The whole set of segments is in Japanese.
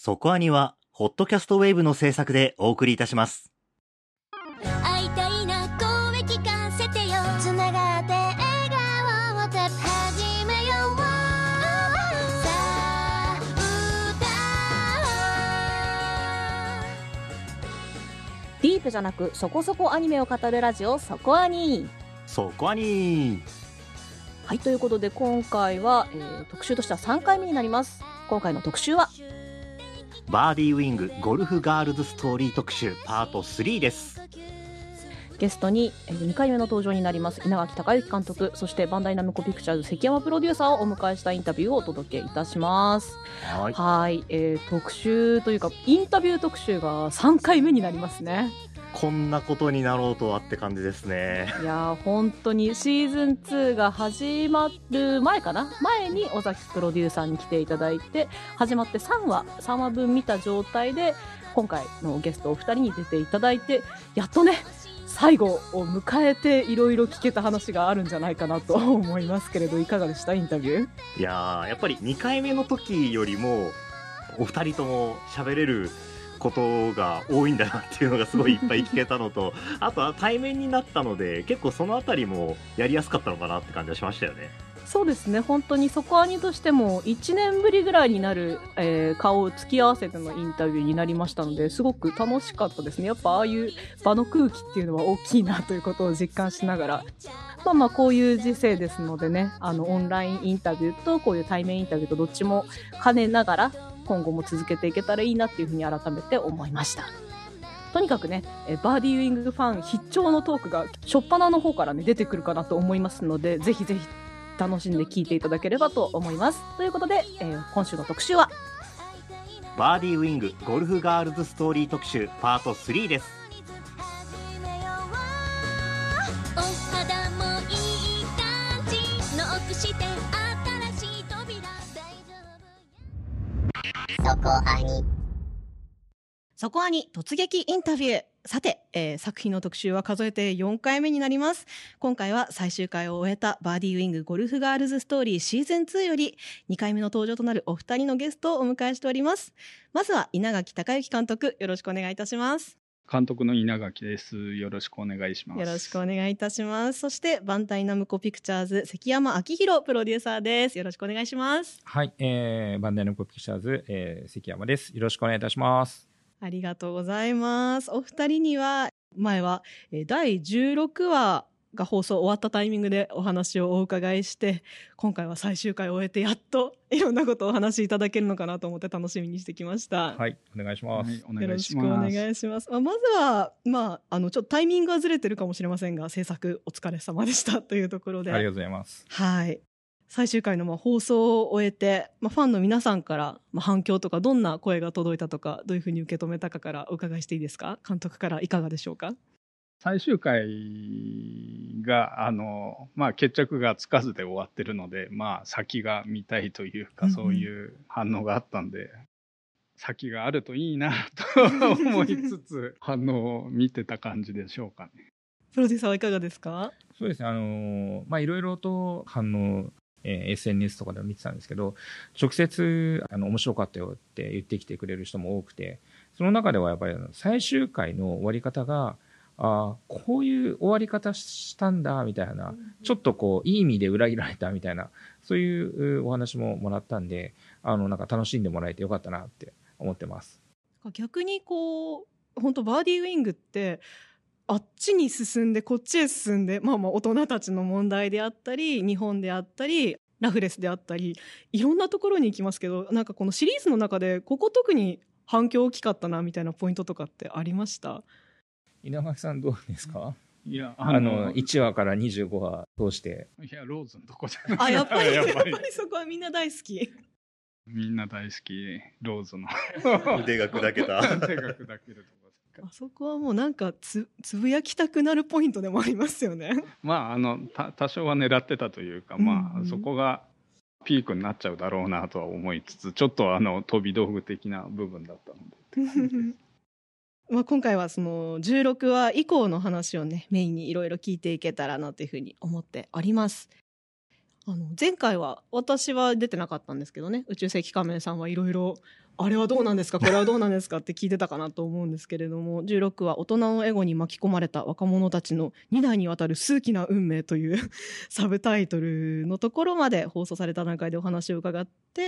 そこアニはホットキャストウェーブの制作でお送りいたします。 会いたいな、声聞かせてよ。つながって笑顔を始めよう。さあ歌おう。 ディープじゃなくそこそこアニメを語るラジオ、そこアニ。 そこアニ。 はい、ということで今回は、特集としては3回目になります。今回の特集はバーディーウィングゴルフガールズストーリー特集パート3です。 ゲストに2回目の登場になります稲垣孝之監督、そしてバンダイナムコピクチャーズ関山プロデューサーをお迎えしたインタビューをお届けいたします。はい、特集というかインタビュー特集が3回目になりますね。 こんなことになろうとはって感じですね。 いや本当にシーズン2が始まる前に尾崎プロデューサーに来ていただいて、始まって3話分見た状態で今回のゲストお二人に出ていただいて、やっとね最後を迎えていろいろ聞けた話があるんじゃないかなと思いますけれど、いかがでしたインタビュー？ いややっぱり2回目の時よりもお二人とも喋れることが多いんだなっていうのがすごいいっぱい聞けたのとあとは対面になったので結構そのあたりもやりやすかったのかなって感じはしましたよね。 そうですね、本当にそこアニとしても1年ぶりぐらいになる、顔を突き合わせてのインタビューになりましたので、すごく楽しかったですね。やっぱああいう場の空気っていうのは大きいなということを実感しながら、こういう時世ですのでね、オンラインインタビューとこういう対面インタビューとどっちも兼ねながら今後も続けていけたらいいなっていうふうに改めて思いました。とにかくね、バーディーウィングファン必聴のトークが初っ端の方からね出てくるかなと思いますので、ぜひぜひ楽しんで聞いていただければと思います。ということで、今週の特集はバーディーウィングゴルフガールズストーリー特集パート3です。 お肌もいい感じ、ノックして新しい扉、大丈夫。そこアニ。 そこアニ突撃インタビュー。さて、作品の特集は数えて4回目になります。今回は最終回を終えたバーディーウィングゴルフガールズストーリーシーズン2より2回目の登場となるお二人のゲストをお迎えしております。まずは稲垣孝之監督、よろしくお願いいたします。 監督の稲垣です。よろしくお願いします。 よろしくお願いいたします。そしてバンダイナムコピクチャーズ関山明宏プロデューサーです。よろしくお願いします。 はい、バンダイナムコピクチャーズ、関山です。よろしくお願いいたします。 ありがとうございます。お二人には前は第16話が放送終わったタイミングでお話をお伺いして、今回は最終回を終えてやっといろんなことをお話しいただけるのかなと思って楽しみにしてきました。 はい、お願いします。 はい、お願いします。 よろしくお願いします。まずは、ちょっとタイミングがずれてるかもしれませんが、制作お疲れ様でしたというところで。 ありがとうございます。 はい。最終回の放送を終えて、ファンの皆さんから反響とかどんな声が届いたとか、どういうふうに受け止めたかからお伺いしていいですか？監督からいかがでしょうか？ 最終回が決着がつかずで終わってるので、先が見たいというか、そういう反応があったんで、先があるといいなと思いつつ反応を見てた感じでしょうかね。 プロデューサーはいかがですか？ そうですね、いろいろと反応SNS とかでも見てたんですけど、直接面白かったよって言ってきてくれる人も多くて、その中ではやっぱり最終回の終わり方がこういう終わり方したんだみたいな、ちょっとこういい意味で裏切られたみたいな、そういうお話ももらったんで、なんか楽しんでもらえてよかったなって思ってます。 逆に本当バーディーウィングってあっちに進んでこっちへ進んで、大人たちの問題であったり、日本であったり、ラフレスであったり、いろんなところに行きますけど、なんかこのシリーズの中でここ特に反響大きかったなみたいなポイントとかってありました？ 稲垣さんどうですか？ いや 1話から25話通して。 いや、ローズのとこじゃない。 やっぱりそこはみんな大好き。 みんな大好き、ローズの腕が砕けた腕が砕けるとこ。 あそこはもうなんかつぶやきたくなるポイントでもありますよね。 多少は狙ってたというか、そこがピークになっちゃうだろうなとは思いつつ、ちょっと飛び道具的な部分だったので今回はその16話以降の話をねメインにいろいろ聞いていけたらなというふうに思っております。前回は私は出てなかったんですけどね、宇宙世紀仮面さんはいろいろあれはどうなんですかこれはどうなんですかって聞いてたかなと思うんですけれども、16話大人のエゴに巻き込まれた若者たちの2代にわたる数奇な運命というサブタイトルのところまで放送された段階でお話を伺って、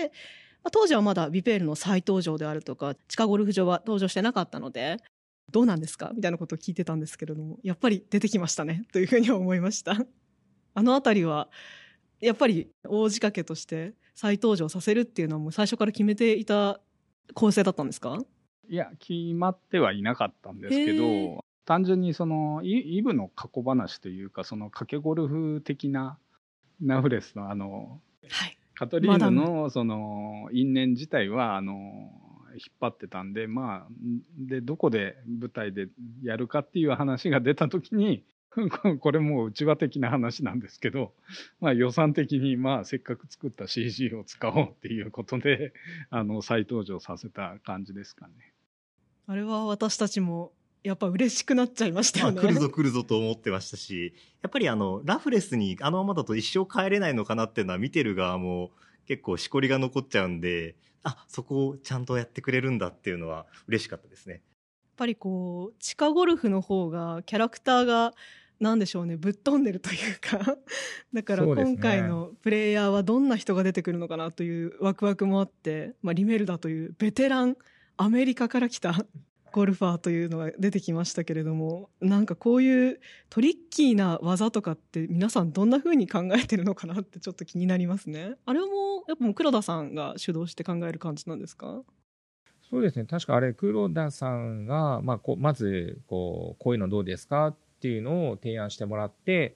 当時はまだビペールの再登場であるとか地下ゴルフ場は登場してなかったので、どうなんですかみたいなことを聞いてたんですけれども、やっぱり出てきましたねというふうに思いました。あのあたりはやっぱり大仕掛けとして再登場させるっていうのはもう最初から決めていた構成だったんですか？ いや、決まってはいなかったんですけど、単純にそのイブの過去話というか、その賭けゴルフ的なラフレスのはい、 カトリーヌのその因縁自体は引っ張ってたんで、まあでどこで舞台でやるかっていう話が出た時にこれもう内輪的な話なんですけど、まあ、予算的にまあせっかく作った CG を使おうっていうことで再登場させた感じですかね。 あれは私たちもやっぱ嬉しくなっちゃいましたよね。 来るぞ来るぞと思ってましたし、やっぱりラフレスにあのままだと一生帰れないのかなっていうのは見てる側も結構しこりが残っちゃうんで、そこをちゃんとやってくれるんだっていうのは嬉しかったですね。 やっぱりこう地下ゴルフの方がキャラクターがなんでしょうね、ぶっ飛んでるというかだから今回のプレイヤーはどんな人が出てくるのかなというワクワクもあって、リメルダというベテランアメリカから来たゴルファーというのが出てきましたけれども、なんかこういうトリッキーな技とかって皆さんどんな風に考えてるのかなってちょっと気になりますね。あれもやっぱもう黒田さんが主導して考える感じなんですか？ そうですね、確かあれ黒田さんが、まずこういうのどうですかっていうのを提案してもらって、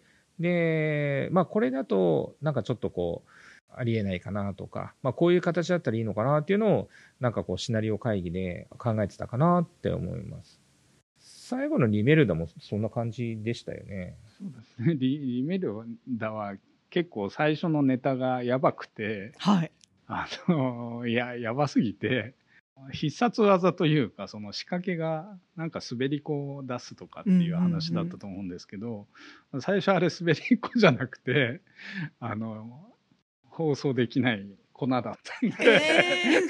で、これだとなんかちょっとこうありえないかなとか、こういう形だったらいいのかなっていうのをなんかこうシナリオ会議で考えてたかなって思います。最後のリメルダもそんな感じでしたよね。 そうですね。リメルダは結構最初のネタがやばくて、 はい。 やばすぎて、必殺技というかその仕掛けがなんか滑り子を出すとかっていう話だったと思うんですけど、最初あれ滑り子じゃなくて放送できない粉だったんで、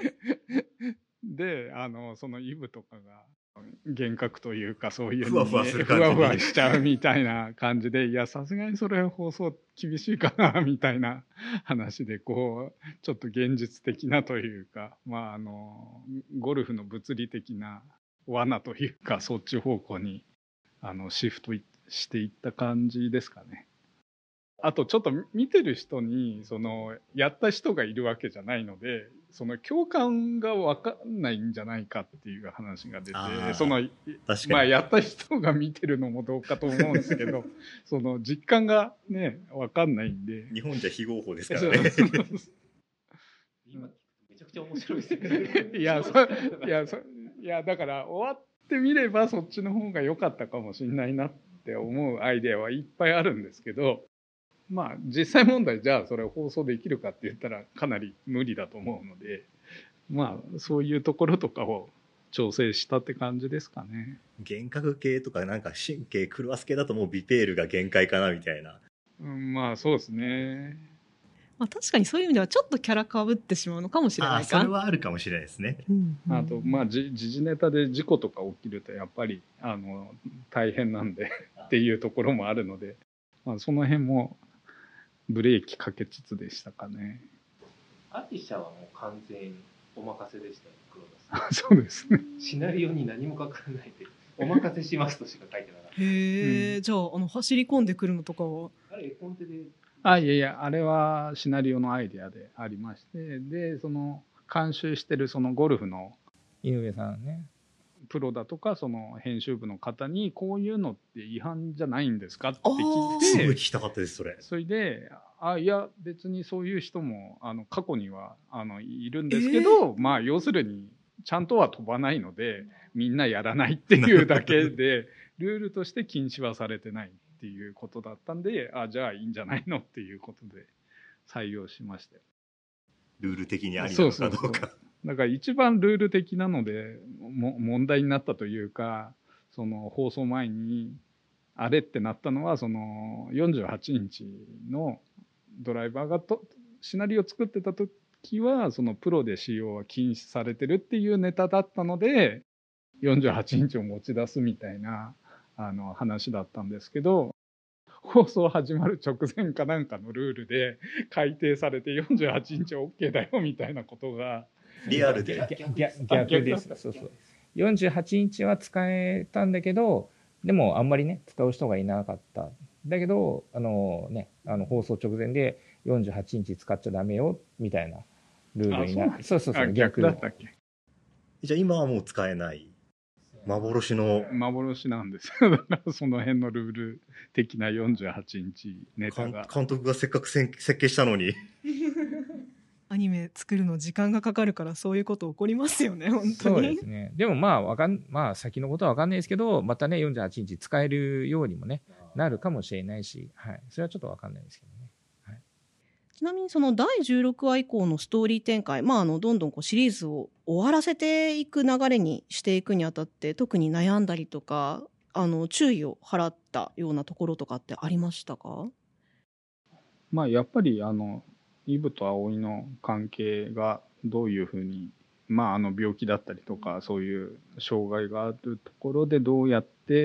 でそのイブとかが幻覚というかそういうのにふわふわしちゃうみたいな感じで、いやさすがにそれ放送厳しいかなみたいな話でこうちょっと現実的なというか、ゴルフの物理的な罠というかそっち方向にシフトしていった感じですかね。あとちょっと見てる人にそのやった人がいるわけじゃないので、その共感が分かんないんじゃないかっていう話が出て、そのやった人が見てるのもどうかと思うんですけどその実感がね分かんないんで。 日本じゃ非合法ですからね今めちゃくちゃ面白いですよねいやだから終わってみればそっちの方が良かったかもしれないなって思うアイデアはいっぱいあるんですけど、実際問題じゃあそれを放送できるかって言ったらかなり無理だと思うので、そういうところとかを調整したって感じですかね。 幻覚系とかなんか神経狂わす系だともうビペールが限界かなみたいな。 そうですね。 確かにそういう意味ではちょっとキャラかぶってしまうのかもしれないか。 それはあるかもしれないですね。 あと時事ネタで事故とか起きるとやっぱり大変なんでっていうところもあるので、その辺もブレーキかけつつでしたかね。 アティシャはもう完全にお任せでしたよ、黒田さん。 そうですね。 シナリオに何も書かないでお任せしますとしか書いてなかった。 へえ、じゃあ走り込んでくるのとかはあれ絵コンテで。 いやあれはシナリオのアイデアでありまして、でその監修してるそのゴルフの井上さんね、 プロだとかその編集部の方にこういうのって違反じゃないんですかって聞いて、 すごい聞きたかったですそれ。 それでいや別にそういう人も過去にはいるんですけど、要するにちゃんとは飛ばないのでみんなやらないっていうだけでルールとして禁止はされてないっていうことだったんで、じゃあいいんじゃないのっていうことで採用しましたよ。 ルール的にありなのかどうか。 だから一番ルール的なので問題になったというか、その放送前にあれってなったのはその48インチのドライバーがシナリオを作ってた時時はそのプロで使用は禁止されてるっていうネタだったので48インチを持ち出すみたいな話だったんですけど、放送始まる直前かなんかのルールで改定されて48インチ OK だよみたいなことがリアルで逆です。そうそう。48インチは使えたんだけど、でもあんまりね、使う人がいなかった。だけど、放送直前で48インチ使っちゃダメよ、みたいなルールになる。そうそうそう、 逆だったっけ。 じゃあ今はもう使えない。幻なんですよ。だからその辺のルール的な48インチネタが。 監督がせっかく設計したのに。 アニメ作るの時間がかかるからそういうこと起こりますよね、本当に。 そうですね。でもまあ先のことは分かんないですけど、またね、48インチ使えるようにもね、なるかもしれないし、はい。それはちょっと分かんないですけどね。はい、 ちなみにその第16話以降のストーリー展開、どんどんこうシリーズを終わらせていく流れにしていくにあたって、特に悩んだりとか、注意を払ったようなところとかってありましたか？ やっぱりイブと葵の関係がどういうふうに、病気だったりとかそういう障害があるところでどうやって、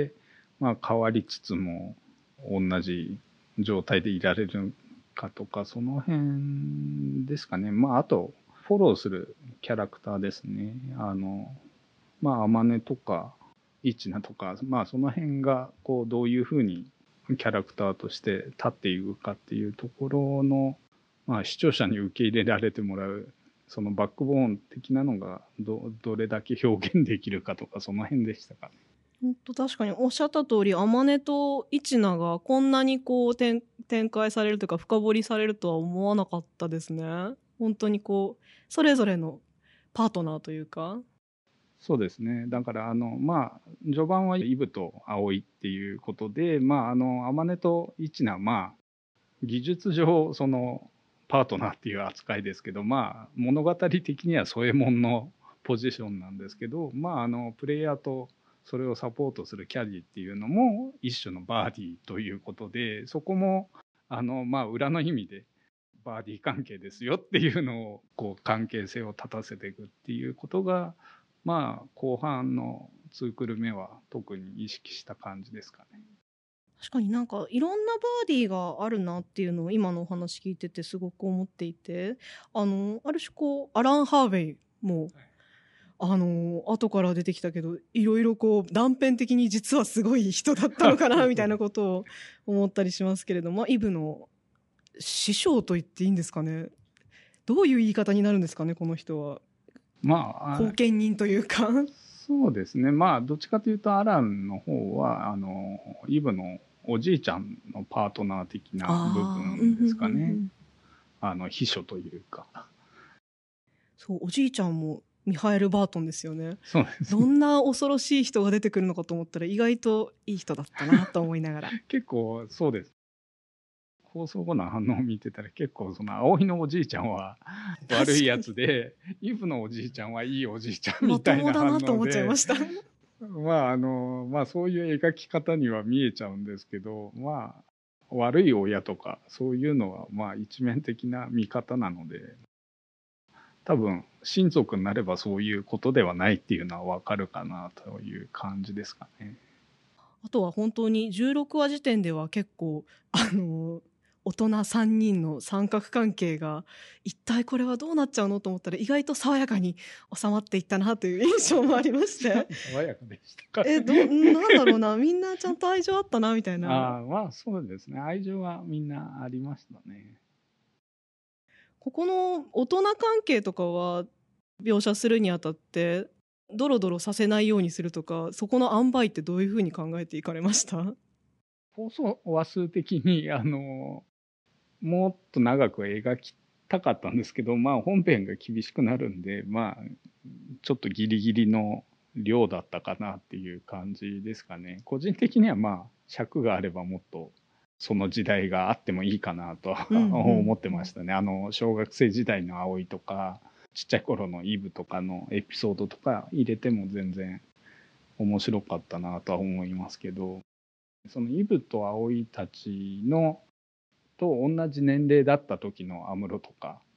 変わりつつも同じ状態でいられるかとか、その辺ですかね。あとフォローするキャラクターですね。天音とか一菜とか、その辺がこうどういうふうにキャラクターとして立っていくかっていうところの、視聴者に受け入れられてもらうそのバックボーン的なのがどれだけ表現できるかとか、その辺でしたかね。 本当確かにおっしゃった通り、天音と一菜がこんなにこう展開されるというか深掘りされるとは思わなかったですね。本当にこうそれぞれのパートナーというか。 そうですね。だから序盤はイブと葵っていうことで、天音と一菜技術上そのパートナーっていう扱いですけど、物語的には添え物のポジションなんですけど、プレイヤーとそれをサポートするキャディっていうのも一種のバーディーということで、そこも裏の意味でバーディー関係ですよっていうのをこう関係性を立たせていくっていうことが、後半の2クール目は特に意識した感じですかね。 確かになんかいろんなバーディーがあるなっていうのを今のお話聞いててすごく思っていて、ある種こうアラン・ハーベイも、後から出てきたけどいろいろこう断片的に実はすごい人だったのかなみたいなことを思ったりしますけれども、イブの師匠と言っていいんですかね。どういう言い方になるんですかね、この人は。後見人というか。 そうですね。どっちかというとアランの方はイブのおじいちゃんのパートナー的な部分ですかね。秘書というか。 そう、おじいちゃんもミハエル・バートンですよね。 そうです。 どんな恐ろしい人が出てくるのかと思ったら意外といい人だったなと思いながら。 結構そうです。放送後の反応を見てたら結構その葵のおじいちゃんは悪いやつで、イブのおじいちゃんはいいおじいちゃんみたいな反応で。 まともだなと思っちゃいました。 そういう描き方には見えちゃうんですけど、悪い親とかそういうのは一面的な見方なので、多分親族になればそういうことではないっていうのはわかるかなという感じですかね。 あとは本当に16話時点では結構大人3人の三角関係が一体これはどうなっちゃうのと思ったら意外と爽やかに収まっていったなという印象もありまして。 爽やかでしたか。 なんだろうな、みんなちゃんと愛情あったなみたいな。 そうですね。愛情はみんなありましたね。 ここの大人関係とかは描写するにあたってドロドロさせないようにするとか、そこの塩梅ってどういうふうに考えていかれました？ 放送話数的にもっと長く描きたかったんですけど、本編が厳しくなるんで、ちょっとギリギリの量だったかなっていう感じですかね。個人的には尺があればもっとその時代があってもいいかなと思ってましたね。小学生時代の葵とかちっちゃい頃のイブとかのエピソードとか入れても全然面白かったなとは思いますけど、そのイブと葵たちのと同じ年齢だった時の安室とか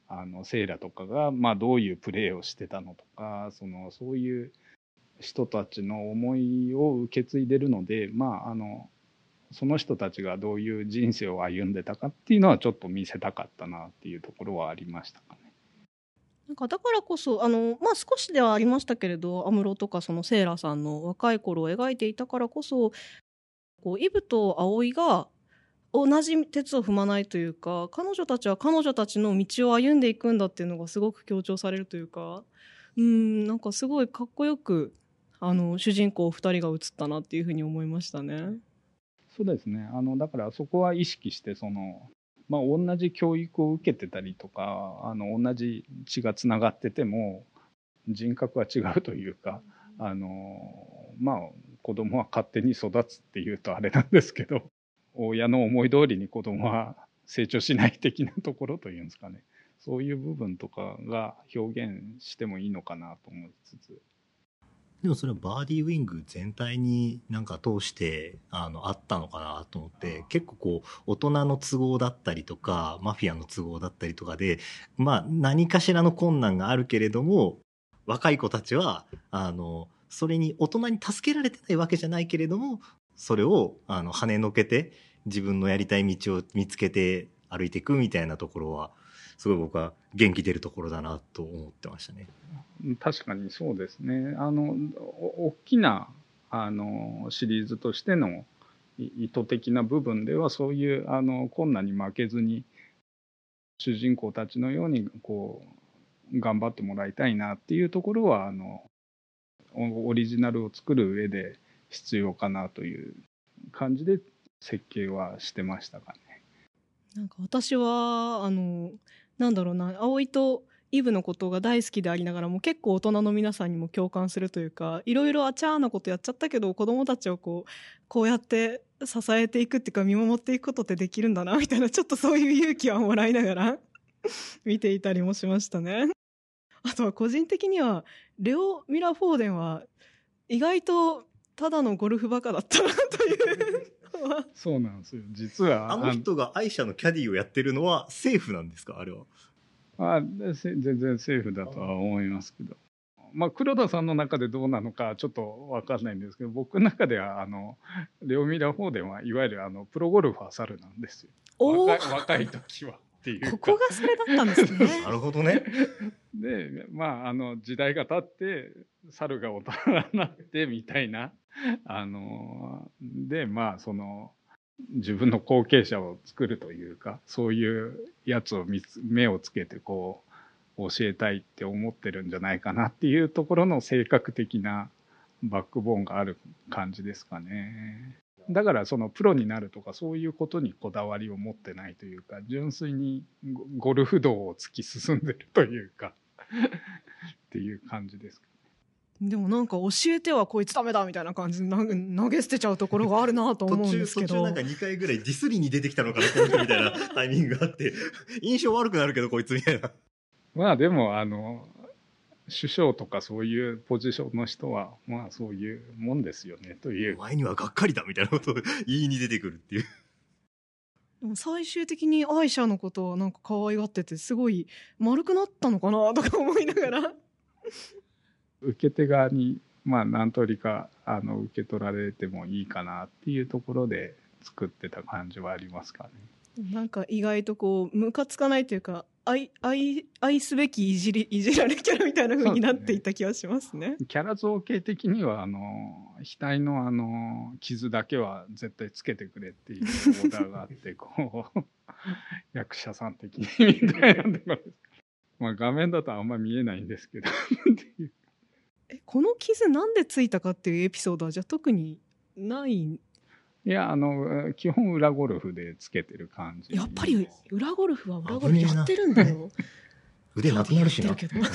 セイラとかが、まあ、どういうプレーをしてたのとか、そういう人たちの思いを受け継いでるので、まあ、その人たちがどういう人生を歩んでたかっていうのはちょっと見せたかったなっていうところはありましたかね。 なんかだからこそまあ、少しではありましたけれど、安室とかそのセイラさんの若い頃を描いていたからこそ、こうイブと葵が同じ鉄を踏まないというか、彼女たちは彼女たちの道を歩んでいくんだっていうのがすごく強調されるというか、なんかすごいかっこよく主人公2人が映ったなっていうふうに思いましたね。 そうですね。だからそこは意識してまあ、同じ教育を受けてたりとか同じ血がつながってても人格は違うというかまあ子供は勝手に育つっていうとあれなんですけど、親の思い通りに子供は成長しない的なところというんですかね、そういう部分とかが表現してもいいのかなと思いつつ。 でもそれはバーディーウィング全体になんか通してあったのかなと思って、結構こう大人の都合だったりとかマフィアの都合だったりとかで、まあ何かしらの困難があるけれども、若い子たちはそれに大人に助けられてないわけじゃないけれども、それを跳ねのけて自分のやりたい道を見つけて歩いていくみたいなところはすごい僕は元気出るところだなと思ってましたね。 確かにそうですね。大きなシリーズとしての意図的な部分ではそういう困難に負けずに主人公たちのようにこう頑張ってもらいたいなっていうところはオリジナルを作る上で必要かなという感じで設計はしてましたかね。 なんか私はなんだろうな、葵とイブのことが大好きでありながらも結構大人の皆さんにも共感するというか、いろいろあちゃーなことやっちゃったけど子供たちをこうやって支えていくっていうか見守っていくことってできるんだなみたいな、ちょっとそういう勇気はもらいながら見ていたりもしましたね。あとは個人的にはレオ・ミラ・フォーデンは意外とただのゴルフバカだったなというそうなんですよ。実はあの人がアイシャのキャディーをやってるのはセーフなんですか、あれは。 全然セーフだとは思いますけど、まあ、黒田さんの中でどうなのかちょっと分かんないんですけど、僕の中ではレオ・ミラ・フォーデンはいわゆるプロゴルファー猿なんですよ。若い時はっていうか、 ここがそれだったんですね。 なるほどね。 でまあ時代が経って猿が大人になってみたいなでまあ自分の後継者を作るというか、そういうやつを目をつけてこう教えたいって思ってるんじゃないかなっていうところの性格的なバックボーンがある感じですかね。だからプロになるとかそういうことにこだわりを持ってないというか、純粋にゴルフ道を突き進んでるというかっていう感じですか。 でもなんか教えてはこいつダメだみたいな感じで投げ捨てちゃうところがあるなと思うんですけど、 途中なんか2回ぐらいディスりに出てきたのかなこの人みたいなタイミングがあって印象悪くなるけどこいつみたいな。 まあでも首相とかそういうポジションの人はまあそういうもんですよねという。 お前にはがっかりだみたいなことを言いに出てくるっていう。 でも最終的にアイシャのことはなんか可愛がっててすごい丸くなったのかなとか思いながら受け手側にまあ何通りか受け取られてもいいかなっていうところで作ってた感じはありますかね。 なんか意外とこうムカつかないというか愛すべきいじられキャラみたいな風になっていた気がしますね。 キャラ造形的には額の傷だけは絶対つけてくれっていうオーダーがあってこう役者さん的にみたいなところです。まあ画面だとあんま見えないんですけどっていうこの傷なんでついたかっていうエピソードはじゃあ特にない？ いや基本裏ゴルフでつけてる感じ。 やっぱり裏ゴルフは裏ゴルフやってるんだよ。 腕なくなるしな。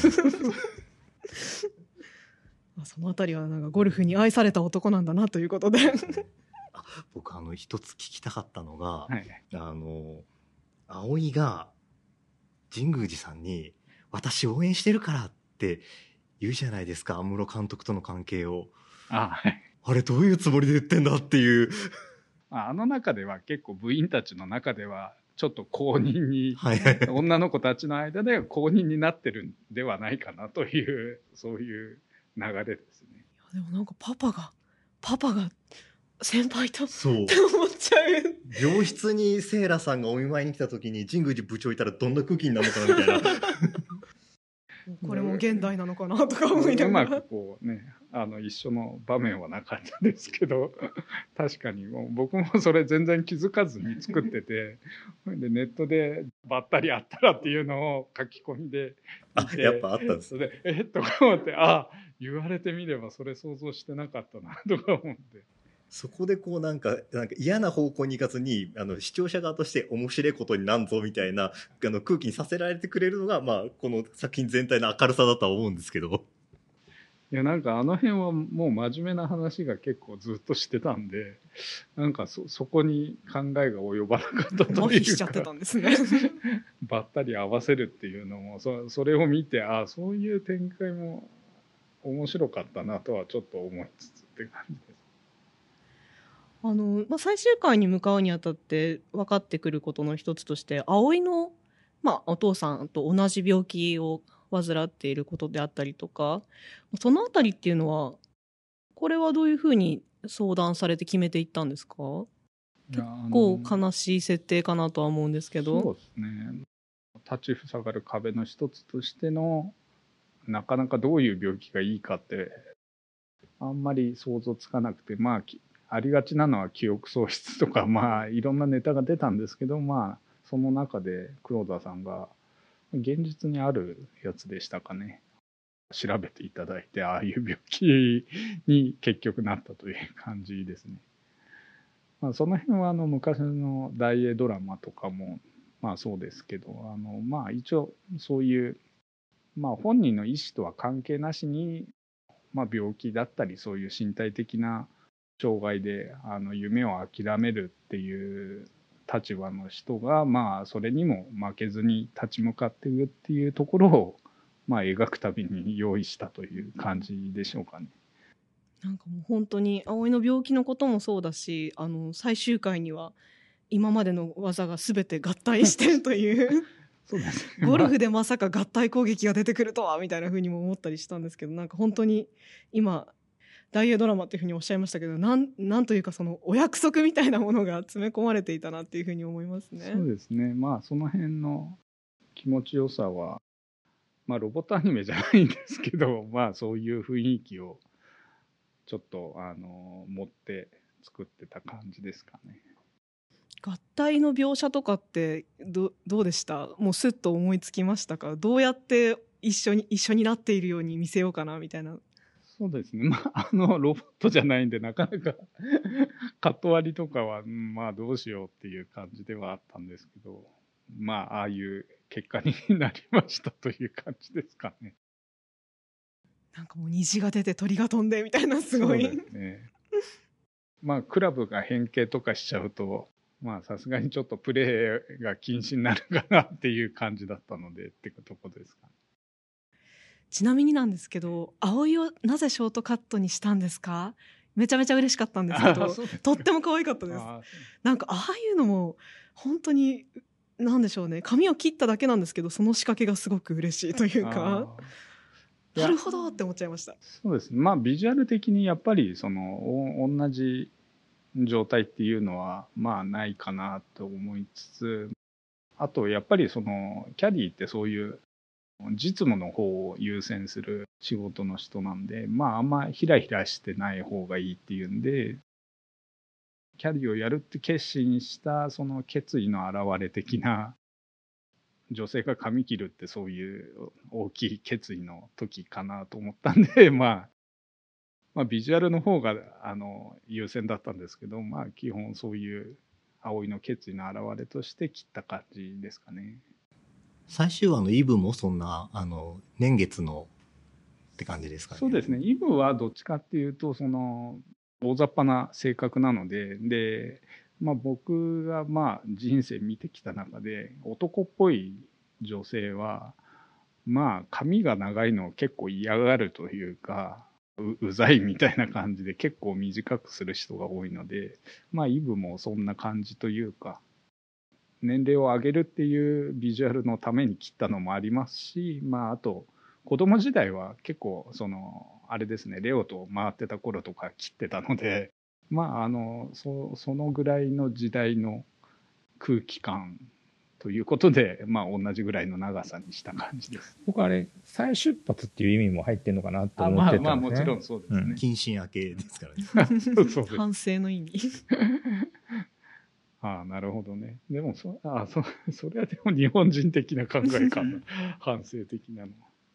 そのあたりはなんかゴルフに愛された男なんだなということで僕一つ聞きたかったのが、 はい、 葵が神宮寺さんに私応援してるからって言うじゃないですか、安室監督との関係を。 はい、 あれどういうつもりで言ってんだっていう。 中では結構部員たちの中ではちょっと公認に、 はいはいはい。 女の子たちの間では公認になってるんではないかなという、そういう流れですね。 でもなんかパパが先輩とっそう。 て思っちゃう。 病室にセイラさんがお見舞いに来た時に神宮寺部長いたらどんな空気になるのかなみたいな。 これも現代なのかなとか思いなうまがら。 くこうね、一緒の場面はなかったですけど、確かにもう僕もそれ全然気づかずに作ってて、でネットでばったりあったらっていうのを書き込みで見て、 やっぱあったんです。 それでとか思って、言われてみればそれ想像してなかったなとか思って。 そこでこうなんか嫌な方向に行かずに視聴者側として面白いことになんぞみたいな空気にさせられてくれるのが、まあ、この作品全体の明るさだとは思うんですけど。 いやなんかあの辺はもう真面目な話が結構ずっとしてたんで、なんかそこに考えが及ばなかったというか、 麻痺しちゃってたんですね。 ばったり合わせるっていうのもそれを見てそういう展開も面白かったなとはちょっと思いつつって感じです。 最終回に向かうにあたって分かってくることの一つとして、葵の、お父さんと同じ病気を患っていることであったりとか、そのあたりっていうのは、これはどういうふうに相談されて決めていったんですか？結構悲しい設定かなとは思うんですけど。 そうですね。立ちふさがる壁の一つとしての、なかなかどういう病気がいいかってあんまり想像つかなくて、ありがちなのは記憶喪失とか、いろんなネタが出たんですけど、その中で黒田さんが現実にあるやつでしたかね、調べていただいて、ああいう病気に結局なったという感じですね。その辺は昔の大映ドラマとかもそうですけど、一応そういう、本人の意思とは関係なしに、病気だったりそういう身体的な障害で夢を諦めるっていう立場の人がそれにも負けずに立ち向かっているっていうところを描くたびに用意したという感じでしょうかね。 なんかもう本当に葵の病気のこともそうだし、最終回には今までの技が全て合体してるというそうですね。 ゴルフでまさか合体攻撃が出てくるとはみたいな風にも思ったりしたんですけど、なんか本当に今大映ドラマっていうふうにおっしゃいましたけど、なんというかそのお約束みたいなものが詰め込まれていたなっていうふうに思いますね。 そうですね。その辺の気持ちよさは、ロボットアニメじゃないんですけど、そういう雰囲気をちょっと持って作ってた感じですかね。 合体の描写とかってどうでした？もうスッと思いつきましたか？どうやって一緒になっているように見せようかなみたいな。 そうですね。ロボットじゃないんで、なかなかカット割りとかは、どうしようっていう感じではあったんですけど、ああいう結果になりましたという感じですかね。 なんかもう虹が出て鳥が飛んでみたいな、すごい。 そうですね。クラブが変形とかしちゃうと、さすがにちょっとプレーが禁止になるかなっていう感じだったのでってとこですかね。 ちなみになんですけど、葵をなぜショートカットにしたんですか？めちゃめちゃ嬉しかったんですけど、とっても可愛かったです。なんかああいうのも本当になんでしょうね、髪を切っただけなんですけど、その仕掛けがすごく嬉しいというか、なるほどって思っちゃいました。 そうですね。ビジュアル的にやっぱりその同じ状態っていうのはないかなと思いつつ、あとやっぱりそのキャディってそういう実務の方を優先する仕事の人なんで、あんまヒラヒラしてない方がいいっていうんで、キャディをやるって決心したその決意の表れ的な、女性が髪切るってそういう大きい決意の時かなと思ったんで、ビジュアルの方が優先だったんですけど、基本そういう葵の決意の表れとして切った感じですかね。 最終話のイブもそんな年月のって感じですかね。 そうですね。イブはどっちかっていうとその大雑把な性格なので、僕が人生見てきた中で男っぽい女性は髪が長いのを結構嫌がるというか、うざいみたいな感じで結構短くする人が多いので、イブもそんな感じというか、 年齢を上げるっていうビジュアルのために切ったのもありますし、あと子供時代は結構あれですね、レオと回ってた頃とか切ってたので、そのぐらいの時代の空気感ということで、同じぐらいの長さにした感じです。 僕あれ再出発っていう意味も入ってるのかなと思ってたんですね。 もちろんそうですね。 謹慎明けですからね。 そうです。 反省の意味。 なるほどね。でもそれはでも日本人的な考え方、反省的なの。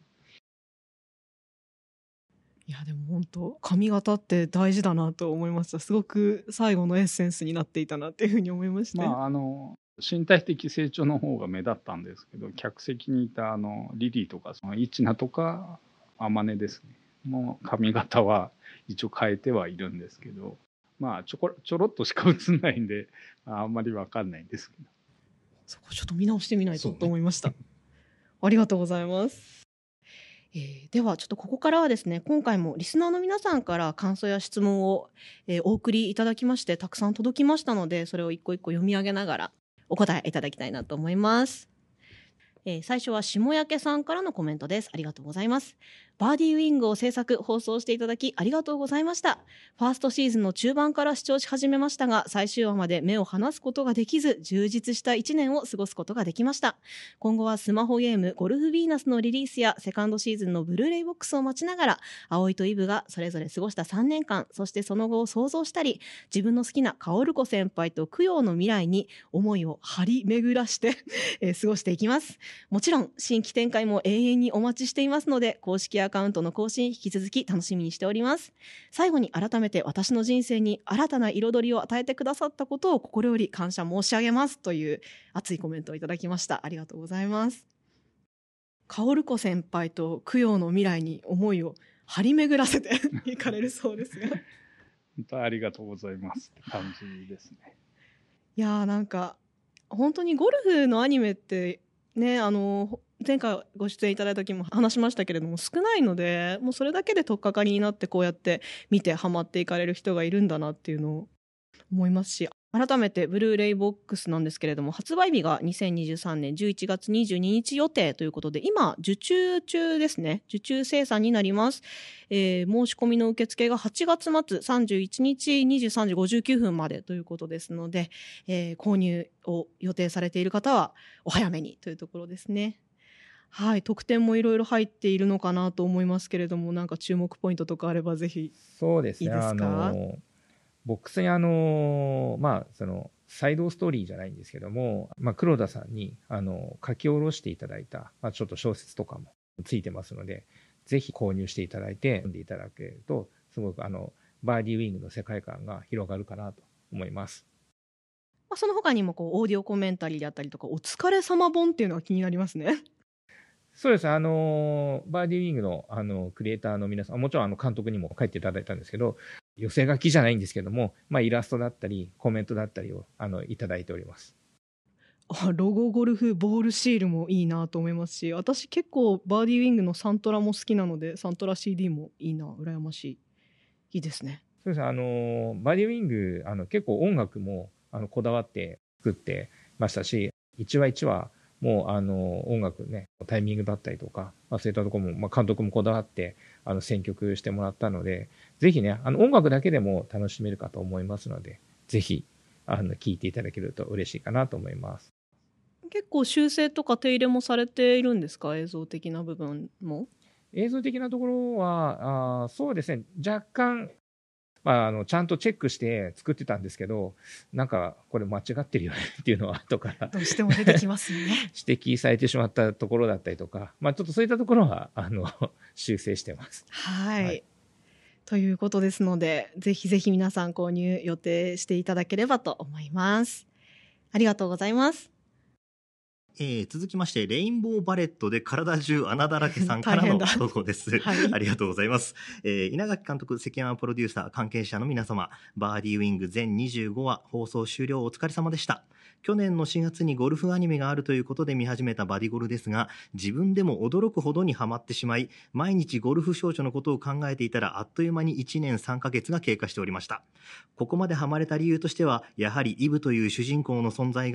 いやでも本当髪型って大事だなと思いました。すごく最後のエッセンスになっていたなっていうふうに思いました。 身体的成長の方が目立ったんですけど、客席にいたリリーとかイチナとかアマネですね。もう髪型は一応変えてはいるんですけど、ちょろっとしか映んないんであんまり分かんないんですけど。 そこちょっと見直してみないとと思いました。ありがとうございます。ではちょっとここからはですね、今回もリスナーの皆さんから感想や質問を、お送りいただきまして、たくさん届きましたので、それを一個一個読み上げながらお答えいただきたいなと思います。最初は下焼さんからのコメントです。ありがとうございます。バーディーウィングを制作放送していただきありがとうございました。ファーストシーズンの中盤から視聴し始めましたが、最終話まで目を離すことができず、充実した1年を過ごすことができました。今後はスマホゲームゴルフヴィーナスのリリースやセカンドシーズンのブルーレイボックスを待ちながら、葵とイブがそれぞれ過ごした3年間、そしてその後を想像したり、自分の好きな薫子先輩と供養の未来に思いを張り巡らして過ごしていきます。もちろん新規展開も永遠にお待ちしていますので、公式アカウントの更新引き続き楽しみにしております。最後に改めて私の人生に新たな彩りを与えてくださったことを心より感謝申し上げますという熱いコメントをいただきました。ありがとうございます。薫子先輩と供養の未来に思いを張り巡らせていかれるそうですが本当ありがとうございますって感じですね。 いやなんか本当にゴルフのアニメってね、前回ご出演いただいた時も話しましたけれども少ないので、もうそれだけで取っかかりになってこうやって見てハマっていかれる人がいるんだなっていうのを思いますし、改めてブルーレイボックスなんですけれども、発売日が2023年11月22日予定ということで、今受注中ですね。受注生産になります。申し込みの受付が8月末31日23時59分までということですので、購入を予定されている方はお早めにというところですね。はい、特典もいろいろ入っているのかなと思いますけれども、なんか注目ポイントとかあればぜひ。 そうですね。 いいですか？ ボックスにそのサイドストーリーじゃないんですけども、黒田さんに書き下ろしていただいた、ちょっと小説とかもついてますので、ぜひ購入していただいて読んでいただけると、すごくバーディーウィングの世界観が広がるかなと思います。 その他にもオーディオコメンタリーであったりとか、お疲れ様本っていうのが気になりますね。 そうです。バーディーウィングのクリエイターの皆さん、もちろん監督にも書いていただいたんですけど、寄せ書きじゃないんですけども、イラストだったりコメントだったりをいただいております。 ロゴゴルフボールシールもいいなと思いますし、私結構バーディーウィングのサントラも好きなので、サントラ CD もいいな、羨ましい。いいですね。 そうです。バーディーウィング結構音楽もこだわって作ってましたし、一話一話もう音楽ね、タイミングだったりとか、そういったところも、監督もこだわって選曲してもらったので、ぜひね、音楽だけでも楽しめるかと思いますので、ぜひ聴いていただけると嬉しいかなと思います。 結構修正とか手入れもされているんですか？映像的な部分も。 映像的なところはそうですね、若干ちゃんとチェックして作ってたんですけど、なんかこれ間違ってるよねっていうのは後からどうしても出てきますよね。 指摘されてしまったところだったりとか、ちょっとそういったところは修正してます。 はい、 はい。 ということですので、ぜひぜひ皆さん購入予定していただければと思います。ありがとうございます。 続きましてレインボーバレットで体中穴だらけさんからの投稿です、 はい、 ありがとうございます。稲垣監督、関山プロデューサー、関係者の皆様、バーディーウィング全25話放送終了お疲れ様でした。去年の4月にゴルフアニメがあるということで見始めたバディゴルですが、自分でも驚くほどにハマってしまい、毎日ゴルフ少女のことを考えていたらあっという間に1年3ヶ月が経過しておりました。ここまでハマれた理由としては、やはりイブという主人公の存在が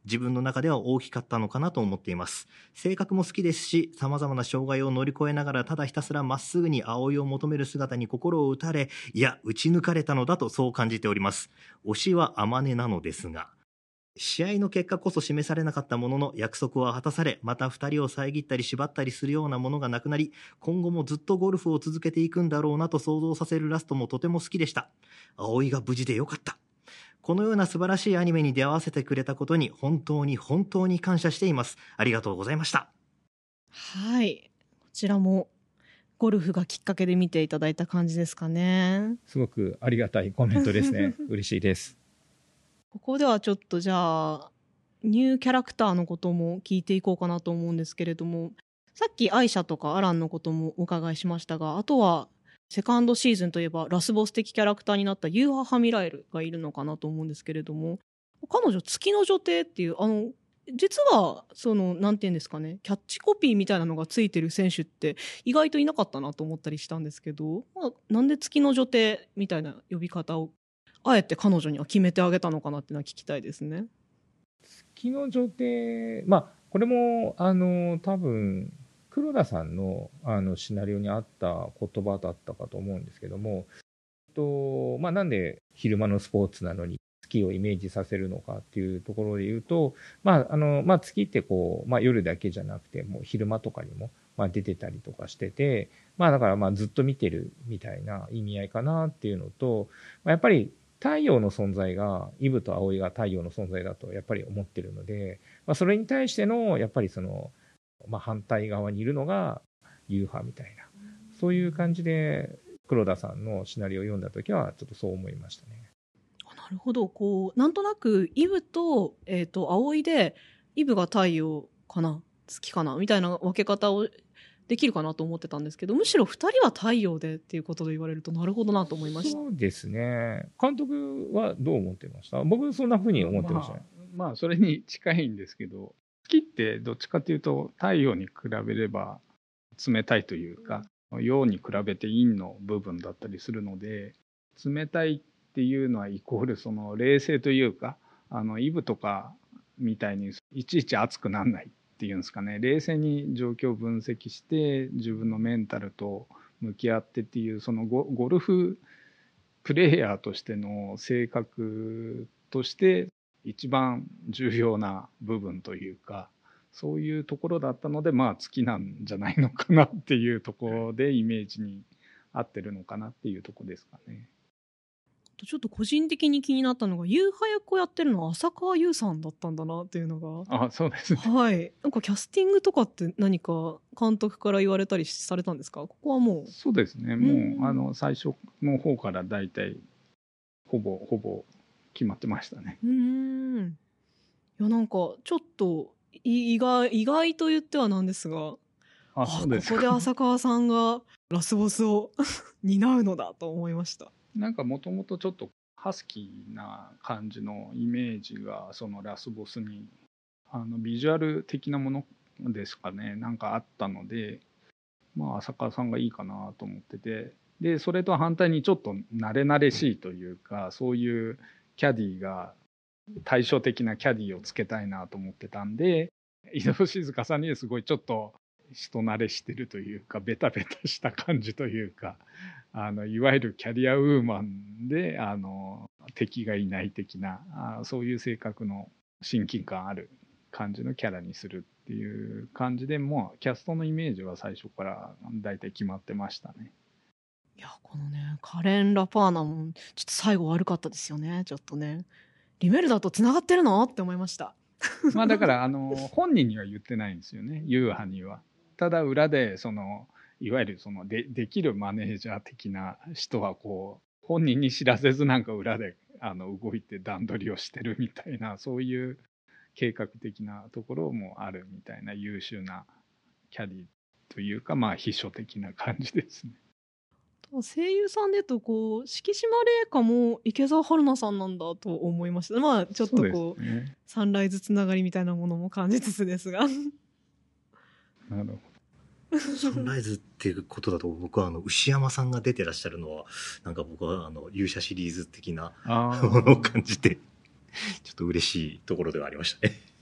自分の中では大きかったのかなと思っています。性格も好きですし、様々な障害を乗り越えながらただひたすらまっすぐに葵を求める姿に心を打たれ、いや打ち抜かれたのだとそう感じております。推しは天音なのですが、試合の結果こそ示されなかったものの約束は果たされ、また2人を遮ったり縛ったりするようなものがなくなり、今後もずっとゴルフを続けていくんだろうなと想像させるラストもとても好きでした。葵が無事でよかった。このような素晴らしいアニメに出会わせてくれたことに本当に本当に感謝しています。ありがとうございました。 はい。こちらもゴルフがきっかけで見ていただいた感じですかね。 すごくありがたいコメントですね。嬉しいです。 ここではちょっとじゃあニューキャラクターのことも聞いていこうかなと思うんですけれども、さっきアイシャとかアランのこともお伺いしましたが、あとはセカンドシーズンといえばラスボス的キャラクターになったユーハ・ハミラエルがいるのかなと思うんですけれども、彼女月の女帝っていう実はなんていうんですかね、キャッチコピーみたいなのがついてる選手って意外といなかったなと思ったりしたんですけど、なんで月の女帝みたいな呼び方をあえて彼女には決めてあげたのかなっていうのは聞きたいですね。 月の女帝、これも多分黒田さんのシナリオにあった言葉だったかと思うんですけども、なんで昼間のスポーツなのに月をイメージさせるのかっていうところで言うと、月って夜だけじゃなくてもう昼間とかにも出てたりとかしてて、だからずっと見てるみたいな意味合いかなっていうのと、やっぱり太陽の存在が、イブと葵が太陽の存在だとやっぱり思ってるので、それに対してのやっぱり反対側にいるのがユーハみたいな、そういう感じで黒田さんのシナリオを読んだ時はちょっとそう思いましたね。 なるほど。なんとなくイブと葵で、イブが太陽かな月かなみたいな分け方をできるかなと思ってたんですけど、むしろ2人は太陽でっていうことで言われるとなるほどなと思いました。 そうですね。監督はどう思ってました？僕そんな風に思ってましたね。 それに近いんですけど、月ってどっちかというと太陽に比べれば冷たいというか、陽に比べて陰の部分だったりするので、冷たいっていうのはイコール冷静というか、イブとかみたいにいちいち熱くならないっていうんですかね、冷静に状況を分析して自分のメンタルと向き合ってっていう、ゴルフプレイヤーとしての性格として一番重要な部分というか、そういうところだったので、月なんじゃないのかなっていうところでイメージに合ってるのかなっていうところですかね。 ちょっと個人的に気になったのが、ユーハ役をやってるのは浅川優さんだったんだなっていうのが。 そうですね。 はい。なんかキャスティングとかって何か監督から言われたりされたんですか？ここはもう。 そうですね。もう最初の方からだいたいほぼ決まってましたね。 いや、なんかちょっと意外と言ってはなんですが、 そうですか。 ここで浅川さんがラスボスを担うのだと思いました。 なんかもともとちょっとハスキーな感じのイメージがそのラスボスにビジュアル的なものですかね、なんかあったので、浅川さんがいいかなと思ってて、でそれと反対にちょっと慣れしいというか、そういうキャディが対照的なキャディをつけたいなと思ってたんで、井戸静香さんにすごいちょっと人慣れしてるというか、ベタベタした感じというか、いわゆるキャリアウーマンで敵がいない的な、そういう性格の親近感ある感じのキャラにするっていう感じで、もうキャストのイメージは最初からだいたい決まってましたね。 いや、このねカレン・ラパーナもちょっと最後悪かったですよね。ちょっとね、リメルダとつながってるのって思いました。 だから本人には言ってないんですよね、ユーハには。ただ裏でいわゆるできるマネージャー的な人は本人に知らせずなんか裏で動いて段取りをしてるみたいな、そういう計画的なところもあるみたいな優秀なキャディというか、秘書的な感じですね。 声優さんで言うと敷島玲香も池澤春菜さんなんだと思いました。ちょっとサンライズつながりみたいなものも感じつつですがなるほど。 サンライズっていうことだと、僕は牛山さんが出てらっしゃるのは、なんか僕は勇者シリーズ的なものを感じて、ちょっと嬉しいところではありましたね。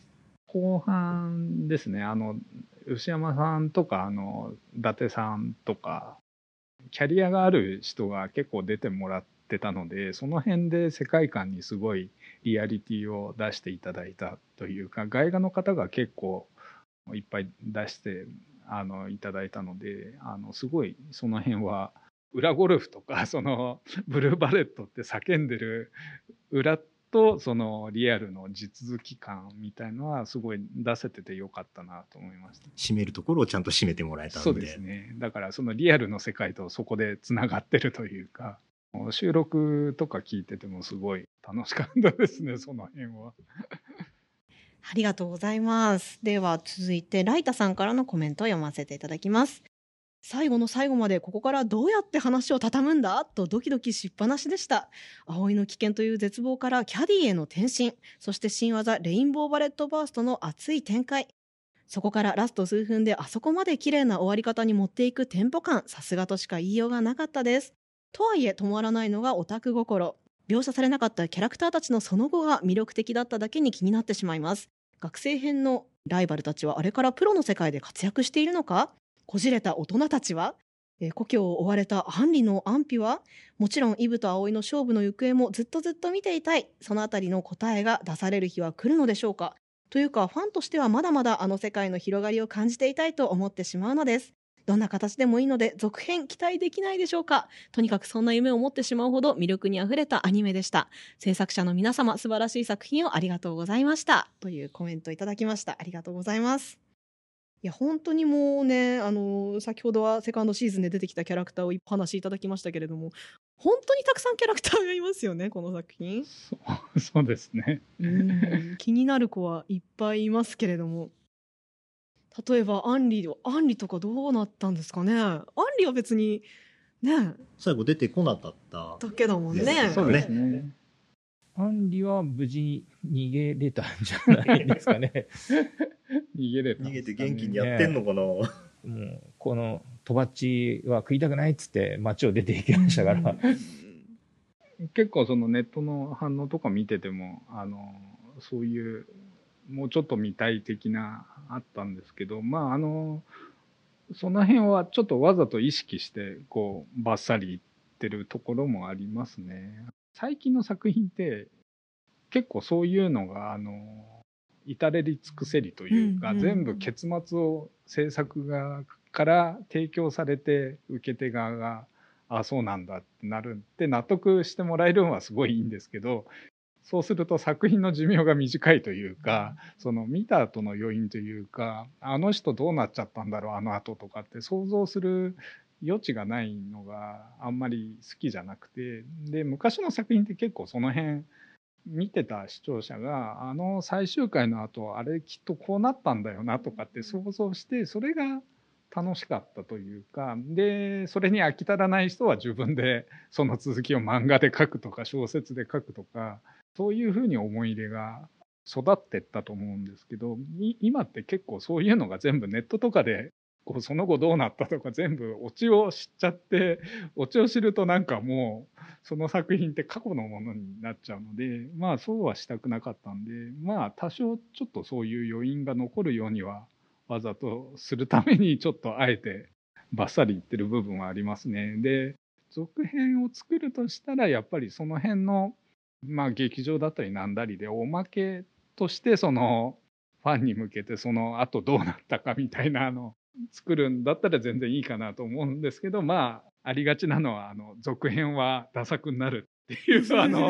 後半ですね、牛山さんとか、伊達さんとか、キャリアがある人が結構出てもらってたので、その辺で世界観にすごいリアリティを出していただいたというか、外画の方が結構いっぱい出していただいたので、すごいその辺は、裏ゴルフとか、そのブルーバレットって叫んでる裏と、そのリアルの地続き感みたいのはすごい出せててよかったなと思いました。 締めるところをちゃんと締めてもらえたんで。 そうですね。だからそのリアルの世界とそこでつながってるというか、収録とか聞いててもすごい楽しかったですね、その辺は。 ありがとうございます。では続いてライタさんからのコメントを読ませていただきます。最後の最後までここからどうやって話を畳むんだとドキドキしっぱなしでした。葵の危険という絶望からキャディへの転身、そして新技レインボーバレットバーストの熱い展開。そこからラスト数分であそこまで綺麗な終わり方に持っていくテンポ感、さすがとしか言いようがなかったです。とはいえ止まらないのがオタク心。描写されなかったキャラクターたちのその後が魅力的だっただけに気になってしまいます。学生編のライバルたちはあれからプロの世界で活躍しているのか？こじれた大人たちは、故郷を追われたアンリの安否は、もちろんイブと葵の勝負の行方もずっと見ていたい。そのあたりの答えが出される日は来るのでしょうか。というかファンとしてはまだまだあの世界の広がりを感じていたいと思ってしまうのです。どんな形でもいいので続編期待できないでしょうか。とにかくそんな夢を持ってしまうほど魅力にあふれたアニメでした。制作者の皆様、素晴らしい作品をありがとうございました。というコメントいただきました。ありがとうございます。いや本当にもうね、先ほどはセカンドシーズンで出てきたキャラクターをお話しいただきましたけれども、本当にたくさんキャラクターがいますよね、この作品。 そうですね。 気になる子はいっぱいいますけれども、例えばアンリとかどうなったんですかね。アンリは別にね、 最後出てこなかっただけだもんね。 そうですね。 アンリは無事逃げれたんじゃないですかね。 逃げて元気にやってんのかな。 もうこのとばっちは食いたくないっつって街を出ていきましたから、 結構そのネットの反応とか見ててもそういうもうちょっと見たい的なあったんですけど、まあその辺はちょっとわざと意識してこうバッサリいってるところもありますね。最近の作品って結構そういうのが至れり尽くせりというか、全部結末を制作側から提供されて受け手側がそうなんだってなるって納得してもらえるのはすごいいいんですけど、そうすると作品の寿命が短いというか、その見た後の余韻というか、あの人どうなっちゃったんだろうあの後とかって想像する余地がないのがあんまり好きじゃなくて、で昔の作品って結構その辺見てた視聴者が最終回の後あれきっとこうなったんだよなとかって想像して、それが楽しかったというか、でそれに飽き足らない人は自分でその続きを漫画で書くとか小説で書くとか、そういうふうに思い入れが育ってったと思うんですけど、今って結構そういうのが全部ネットとかでこうその後どうなったとか全部オチを知っちゃって、オチを知るとなんかもうその作品って過去のものになっちゃうので、まあそうはしたくなかったんで、まあ多少ちょっとそういう余韻が残るようにはわざとするためにちょっとあえてバッサリ言ってる部分はありますね。で続編を作るとしたらやっぱりその辺のまあ劇場だったりなんだりでおまけとしてそのファンに向けてその後どうなったかみたいな作るんだったら全然いいかなと思うんですけど、まあありがちなのは続編はダサくなるっていう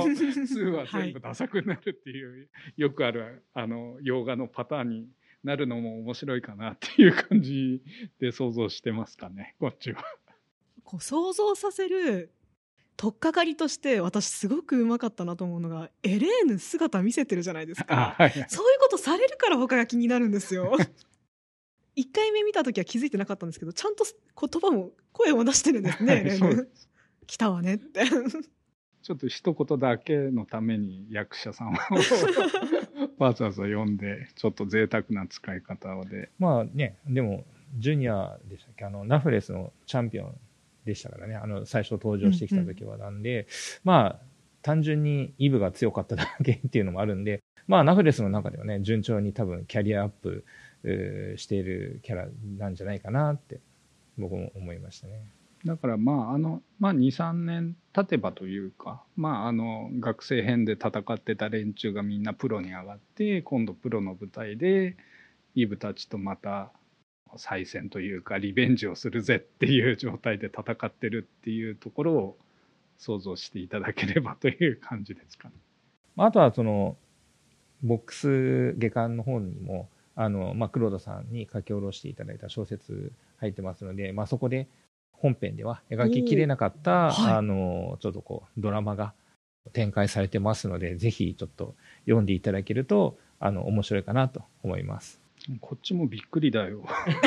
2は全部ダサくなるっていう、はい、よくある洋画のパターンになるのも面白いかなっていう感じで想像してますかね、こっちは。 こう想像させる取っかかりとして私すごくうまかったなと思うのが、エレーヌ姿見せてるじゃないですか。 はい、 そういうことされるから他が気になるんですよ。1回目見た時は気づいてなかったんですけど、ちゃんと言葉も声を出してるんですね、エレーヌ。来たわねってちょっと一言だけのために役者さんをわざわざ呼んで、ちょっと贅沢な使い方で。 まあね、でもジュニアでしたっけ、ナフレスのチャンピオンでしたからね、最初登場してきた時は。なんで、まあ単純にイブが強かっただけっていうのもあるんで、 まあナフレスの中ではね、順調に多分キャリアアップしているキャラなんじゃないかなって僕も思いましたね。 だからまあ2、3年経てばというか、学生編で戦ってた連中がみんなプロに上がって、今度プロの舞台でイブたちとまた再戦というかリベンジをするぜっていう状態で戦ってるっていうところを想像していただければという感じですかね。 あとはそのボックス下巻の方にも黒田さんに書き下ろしていただいた小説入ってますので、そこで本編では描ききれなかった、ちょっとこうドラマが展開されてますので、ぜひちょっと読んでいただけると面白いかなと思います。 こっちもびっくりだよ。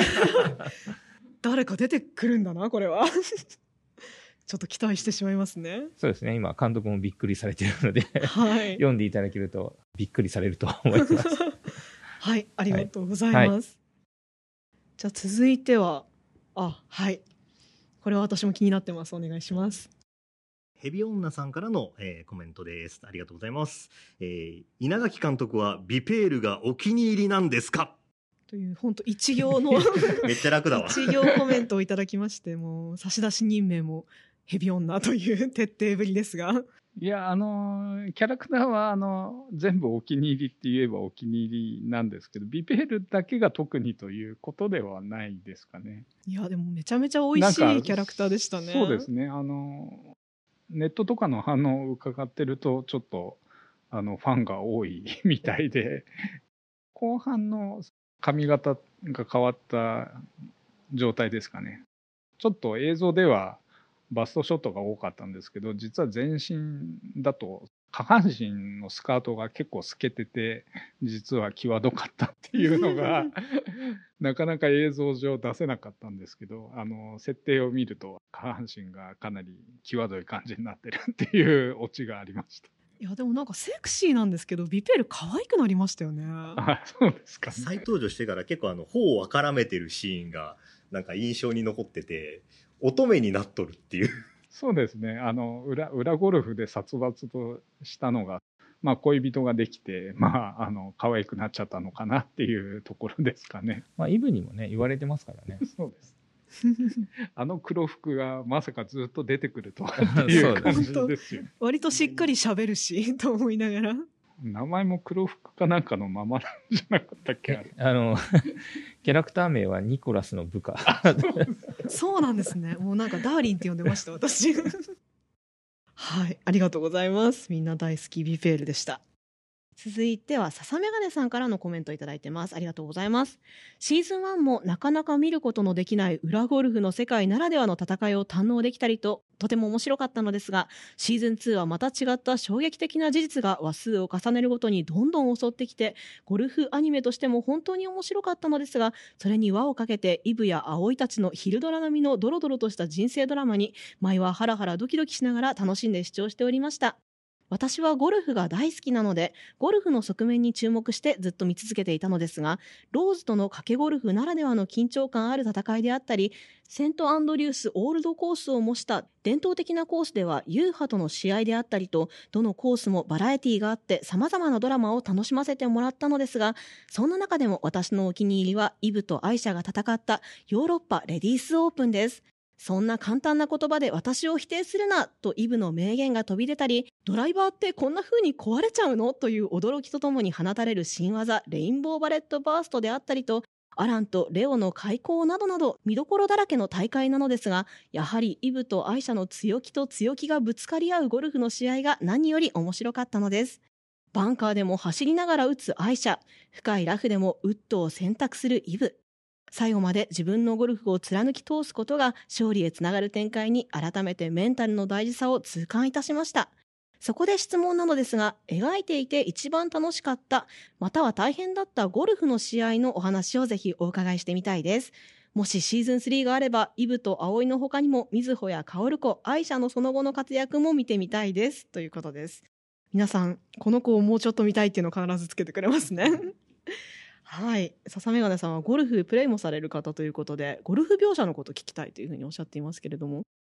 誰か出てくるんだなこれは。ちょっと期待してしまいますね。 そうですね。今監督もびっくりされているので、 はい、 読んでいただけるとびっくりされると思います。 はい、ありがとうございます。はい、じゃあ続いては、はい、これは私も気になってます。お願いします。 ヘビ女さんからの、コメントです。ありがとうございます。稲垣監督はビペールがお気に入りなんですか？ という本当一行のめっちゃ楽だわ。 一行コメントをいただきまして、もう差出人名もヘビ女という徹底ぶりですが。 いやキャラクターは全部お気に入りって言えばお気に入りなんですけど、ビペールだけが特にということではないですかね。 いやでもめちゃめちゃ美味しいキャラクターでしたね。 そうですね。ネットとかの反応を伺ってるとちょっとファンが多いみたいで、後半の髪型が変わった状態ですかね。ちょっと映像ではバストショットが多かったんですけど、実は全身だと下半身のスカートが結構透けてて、実は際どかったっていうのがなかなか映像上出せなかったんですけど、設定を見ると下半身がかなり際どい感じになってるっていうオチがありました。 いやでもなんかセクシーなんですけど、ビペール可愛くなりましたよね。 そうですかね。 再登場してから結構頬をあからめてるシーンがなんか印象に残ってて、乙女になっとるっていう。 そうですね。裏ゴルフで殺伐としたのが、恋人ができて、可愛くなっちゃったのかなっていうところですかね。 イブにもね、言われてますからね。 そうです。黒服がまさかずっと出てくるとはっていう感じですよ。 割としっかり喋るしと思いながら。 名前も黒服かなんかのままなんじゃなかったっけ？ キャラクター名はニコラスの部下。 そうなんですね。もうなんかダーリンって呼んでました私。はい、ありがとうございます。みんな大好きビペールでした。続いては笹メガネさんからのコメントをいただいてます。ありがとうございます。シーズン1もなかなか見ることのできない裏ゴルフの世界ならではの戦いを堪能できたりと、とても面白かったのですが、シーズン2はまた違った衝撃的な事実が話数を重ねるごとにどんどん襲ってきて、ゴルフアニメとしても本当に面白かったのですが、それに輪をかけてイブや葵たちの昼ドラ並みのドロドロとした人生ドラマに、毎話ハラハラドキドキしながら楽しんで視聴しておりました。私はゴルフが大好きなので、ゴルフの側面に注目してずっと見続けていたのですが、ローズとの賭けゴルフならではの緊張感ある戦いであったり、セントアンドリュースオールドコースを模した伝統的なコースではユーハとの試合であったりと、どのコースもバラエティがあって様々なドラマを楽しませてもらったのですが、そんな中でも私のお気に入りはイブとアイシャが戦ったヨーロッパレディースオープンです。そんな簡単な言葉で私を否定するなとイブの名言が飛び出たり、ドライバーってこんな風に壊れちゃうのという驚きとともに放たれる新技レインボーバレットバーストであったりと、アランとレオの開口などなど見どころだらけの大会なのですが、やはりイブとアイシャの強気と強気がぶつかり合うゴルフの試合が何より面白かったのです。バンカーでも走りながら打つアイシャ、深いラフでもウッドを選択するイブ、最後まで自分のゴルフを貫き通すことが勝利へつながる展開に改めてメンタルの大事さを痛感いたしました。そこで質問なのですが、描いていて一番楽しかったまたは大変だったゴルフの試合のお話をぜひお伺いしてみたいです。もしシーズン3があればイブと葵の他にも瑞穂や薫子、アイシャのその後の活躍も見てみたいですということです。皆さんこの子をもうちょっと見たいっていうのを必ずつけてくれますね。はい、笹メガネさんはゴルフプレイもされる方ということで、ゴルフ描写のことを聞きたいというふうにおっしゃっていますけれども、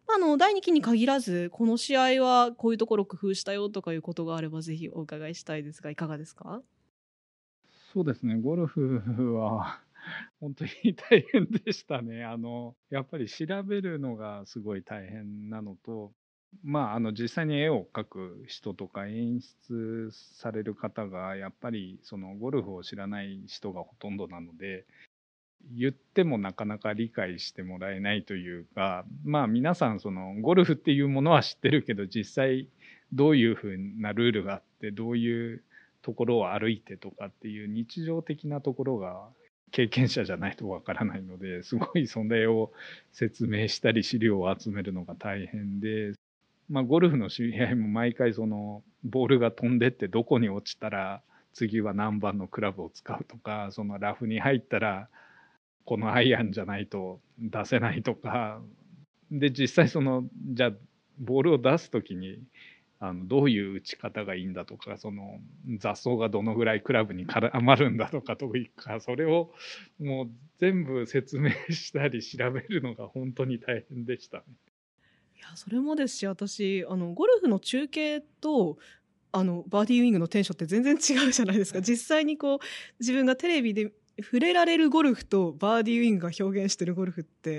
第2期に限らず、この試合はこういうところ工夫したよとかいうことがあれば、ぜひお伺いしたいですが、いかがですか？ そうですね、ゴルフは本当に大変でしたね。やっぱり調べるのがすごい大変なのと、実際に絵を描く人とか演出される方がやっぱりそのゴルフを知らない人がほとんどなので、言ってもなかなか理解してもらえないというか、皆さんそのゴルフっていうものは知ってるけど、実際どういうふうなルールがあって、どういうところを歩いてとかっていう日常的なところが経験者じゃないとわからないので、すごいそれを説明したり資料を集めるのが大変で、ゴルフの試合も毎回そのボールが飛んでってどこに落ちたら次は何番のクラブを使うとか、そのラフに入ったらこのアイアンじゃないと出せないとかで、実際そのじゃあボールを出す時にどういう打ち方がいいんだとか、その雑草がどのぐらいクラブに絡まるんだとかというか、それをもう全部説明したり調べるのが本当に大変でしたね。 いや、それもですし、私ゴルフの中継とバーディーウィングのテンションって全然違うじゃないですか。実際にこう自分がテレビで触れられるゴルフとバーディーウィングが表現してるゴルフって、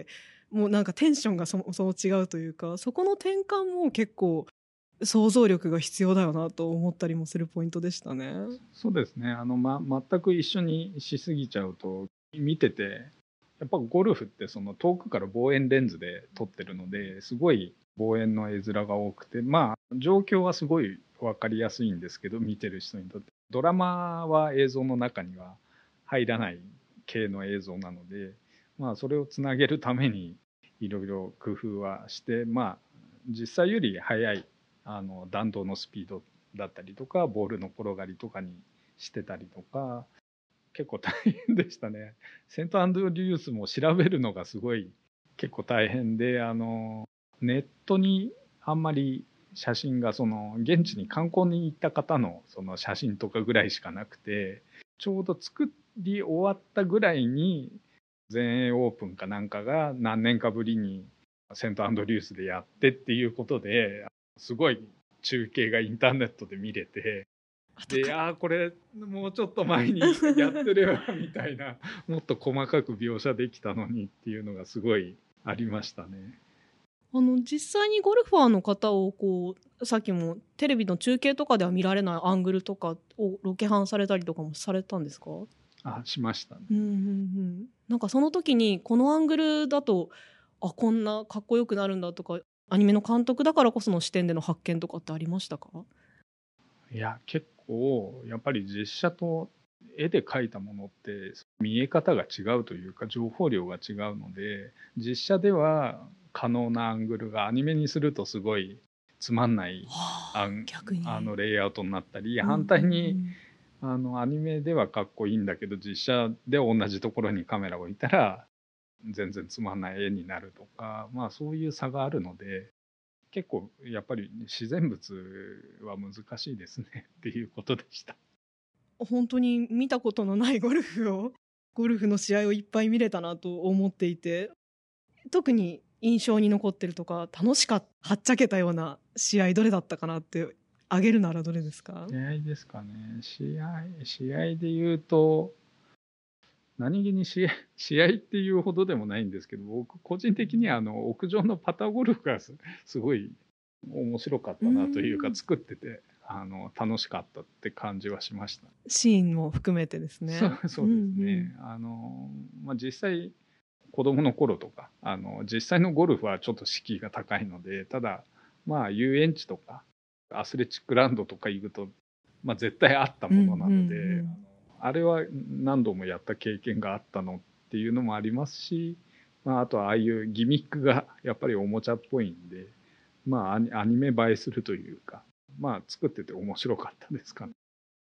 もうなんかテンションがそもそも違うというか、そこの転換も結構想像力が必要だよなと思ったりもするポイントでしたね。 そうですね。全く一緒にしすぎちゃうと見てて、やっぱゴルフってその遠くから望遠レンズで撮ってるので、すごい望遠の絵面が多くて、状況はすごい分かりやすいんですけど、見てる人にとってドラマは映像の中には入らない系の映像なので、それをつなげるためにいろいろ工夫はして、実際より速い弾道のスピードだったりとか、ボールの転がりとかにしてたりとか、結構大変でしたね。セントアンドリュースも調べるのがすごい結構大変で、ネットにあんまり写真がその現地に観光に行った方のその写真とかぐらいしかなくて、ちょうど作り終わったぐらいに全英オープンかなんかが何年かぶりにセントアンドリュースでやってっていうことで、すごい中継がインターネットで見れて、でこれもうちょっと前にやってればみたいなもっと細かく描写できたのにっていうのがすごいありましたね。 実際にゴルファーの方をさっきもテレビの中継とかでは見られないアングルとかをロケハンされたりとかもされたんですか？ しましたね。 なんかその時にこのアングルだとこんなかっこよくなるんだとか、アニメの監督だからこその視点での発見とかってありましたか？ いや、結構やっぱり実写と絵で描いたものって見え方が違うというか、情報量が違うので、実写では可能なアングルがアニメにするとすごいつまんない逆にレイアウトになったり、反対にアニメではかっこいいんだけど、実写で同じところにカメラを置いたら全然つまんない絵になるとか、そういう差があるので、結構やっぱり自然物は難しいですねっていうことでした。 本当に見たことのないゴルフの試合をいっぱい見れたなと思っていて、特に印象に残ってるとか楽しかった、はっちゃけたような試合どれだったかなって挙げるならどれですか？ 試合ですかね。試合で言うと、何気に試合っていうほどでもないんですけど、僕個人的には屋上のパターゴルフがすごい面白かったなというか、作ってて楽しかったって感じはしました。 シーンも含めてですね。 そうですね。実際子供の頃とか実際のゴルフはちょっと敷居が高いので、ただ遊園地とかアスレチックランドとか行くと、絶対あったものなので、あれは何度もやった経験があったのっていうのもありますし、あとはああいうギミックがやっぱりおもちゃっぽいんで、アニメ映えするというか、作ってて面白かったですかね。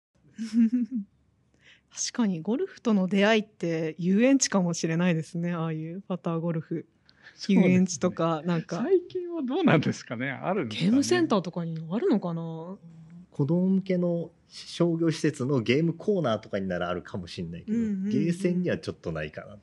確かにゴルフとの出会いって遊園地かもしれないですね。ああいうパターゴルフ、遊園地とかなんか、 最近はどうなんですかね。あるんですかね。 ゲームセンターとかにあるのかな。 子供向けの商業施設のゲームコーナーとかにならあるかもしれないけど、ゲーセンにはちょっとないかなっていう。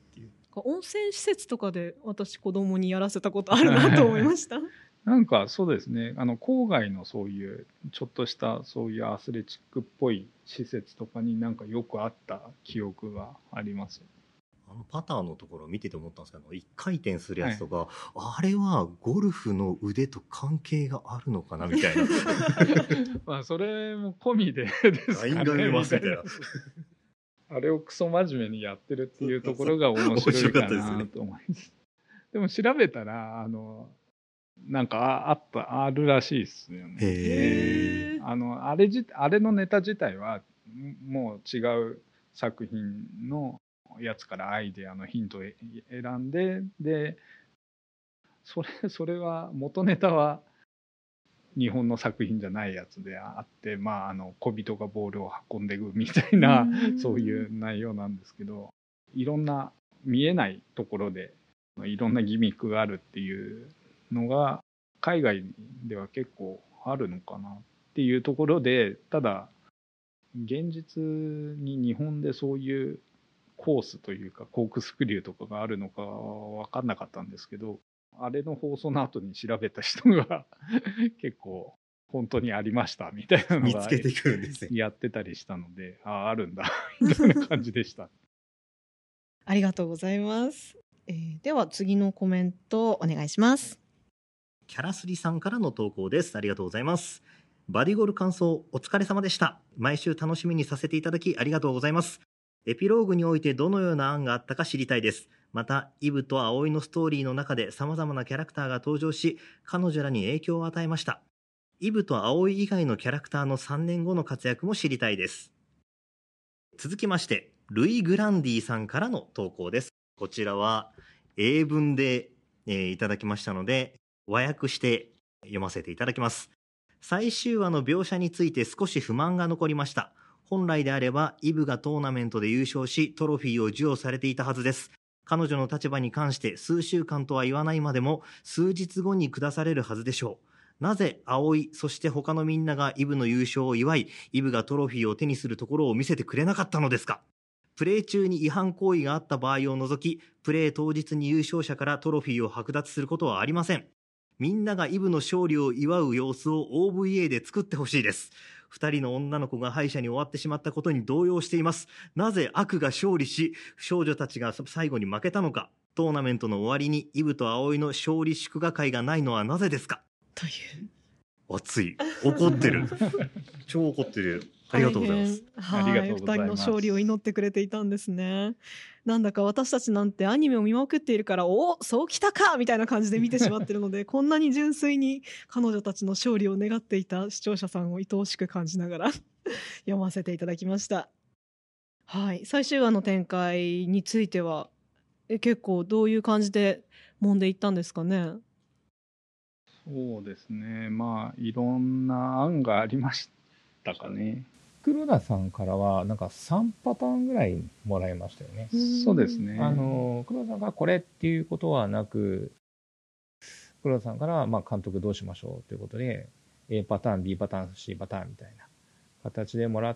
温泉施設とかで私子供にやらせたことあるなと思いました。 なんかそうですね、郊外のそういうちょっとしたそういうアスレチックっぽい施設とかになんかよくあった記憶があります。 パターのところを見てて思ったんですけど、一回転するやつとか、あれはゴルフの腕と関係があるのかなみたいな。 まあそれも込みでですかね。 ラインが見えますみたいな。 あれをクソ真面目にやってるっていうところが面白いかなと思います。でも調べたらなんかあるらしいですよね。 へあれのネタ自体はもう違う作品のやつからアイデアのヒントを選んでそれは元ネタは日本の作品じゃないやつであって、小人がボールを運んでいくみたいなそういう内容なんですけど、いろんな見えないところでいろんなギミックがあるっていうのが海外では結構あるのかなっていうところで、ただ現実に日本でそういうコースというかコークスクリューとかがあるのか分かんなかったんですけど、あれの放送の後に調べた人が結構本当にありましたみたいなのが見つけてくるんですね。 やってたりしたので、あるんだみたいな感じでした。 ありがとうございます。では次のコメントお願いします。 キャラスリさんからの投稿です。ありがとうございます。バディゴル感想お疲れ様でした。毎週楽しみにさせていただきありがとうございます。エピローグにおいてどのような案があったか知りたいです。またイブと葵のストーリーの中で様々なキャラクターが登場し、彼女らに影響を与えました。イブと葵以外のキャラクターの3年後の活躍も知りたいです。続きましてルイ・グランディさんからの投稿です。こちらは英文で、いただきましたので和訳して読ませていただきます。最終話の描写について少し不満が残りました。本来であればイブがトーナメントで優勝しトロフィーを授与されていたはずです。彼女の立場に関して数週間とは言わないまでも数日後に下されるはずでしょう。なぜ葵そして他のみんながイブの優勝を祝い、イブがトロフィーを手にするところを見せてくれなかったのですか。プレー中に違反行為があった場合を除き、プレー当日に優勝者からトロフィーを剥奪することはありません。みんながイブの勝利を祝う様子を OVA で作ってほしいです。2人の女の子が敗者に終わってしまったことに動揺しています。なぜ悪が勝利し少女たちが最後に負けたのか。トーナメントの終わりにイブと葵の勝利祝賀会がないのはなぜですか。 という熱い、怒ってる超怒ってる。ありがとうございます。 はい、 ありがとうございます。 2人の勝利を祈ってくれていたんですね。なんだか私たちなんてアニメを見まくっているから、そうきたかみたいな感じで見てしまってるのでこんなに純粋に彼女たちの勝利を願っていた視聴者さんを愛おしく感じながら読ませていただきました。はい、最終話の展開については結構どういう感じで揉んでいったんですかね。 そうですね、いろんな案がありましたかね。 黒田さんからはなんか3パターンぐらいもらいましたよね。 そうですね。 黒田さんがこれっていうことはなく、黒田さんから監督どうしましょうということで A パターン B パターン C パターンみたいな形でもらって、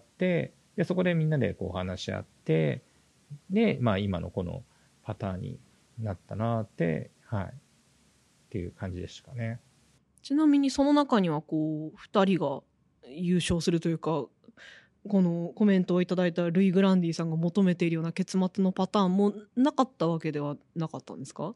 でそこでみんなでこう話し合って、で今のこのパターンになったなってっていう感じでしたかね。 ちなみにその中にはこう2人が優勝するというか、このコメントをいただいたルイ・グランディさんが求めているような結末のパターンもなかったわけではなかったんですか。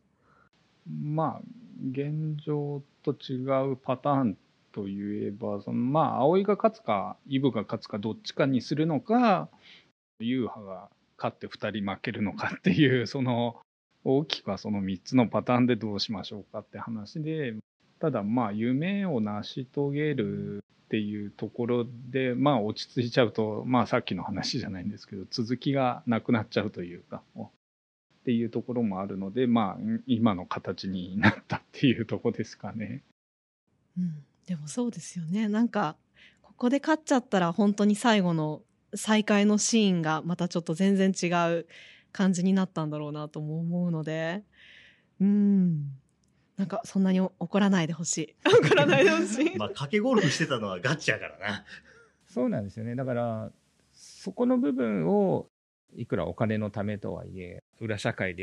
現状と違うパターンといえば葵が勝つかイブが勝つかどっちかにするのか、ユーハが勝って2人負けるのかっていう、その大きくはその3つのパターンでどうしましょうかって話で、ただ夢を成し遂げるっていうところで落ち着いちゃうと、さっきの話じゃないんですけど続きがなくなっちゃうというかっていうところもあるので、今の形になったっていうところですかね。 でもそうですよね。なんかここで勝っちゃったら本当に最後の再会のシーンがまたちょっと全然違う感じになったんだろうなとも思うので、なんかそんなに怒らないでほしい怒らないでほしい賭けゴルフしてたのはガチやからな。 そうなんですよね。だからそこの部分をいくらお金のためとはいえ裏社会で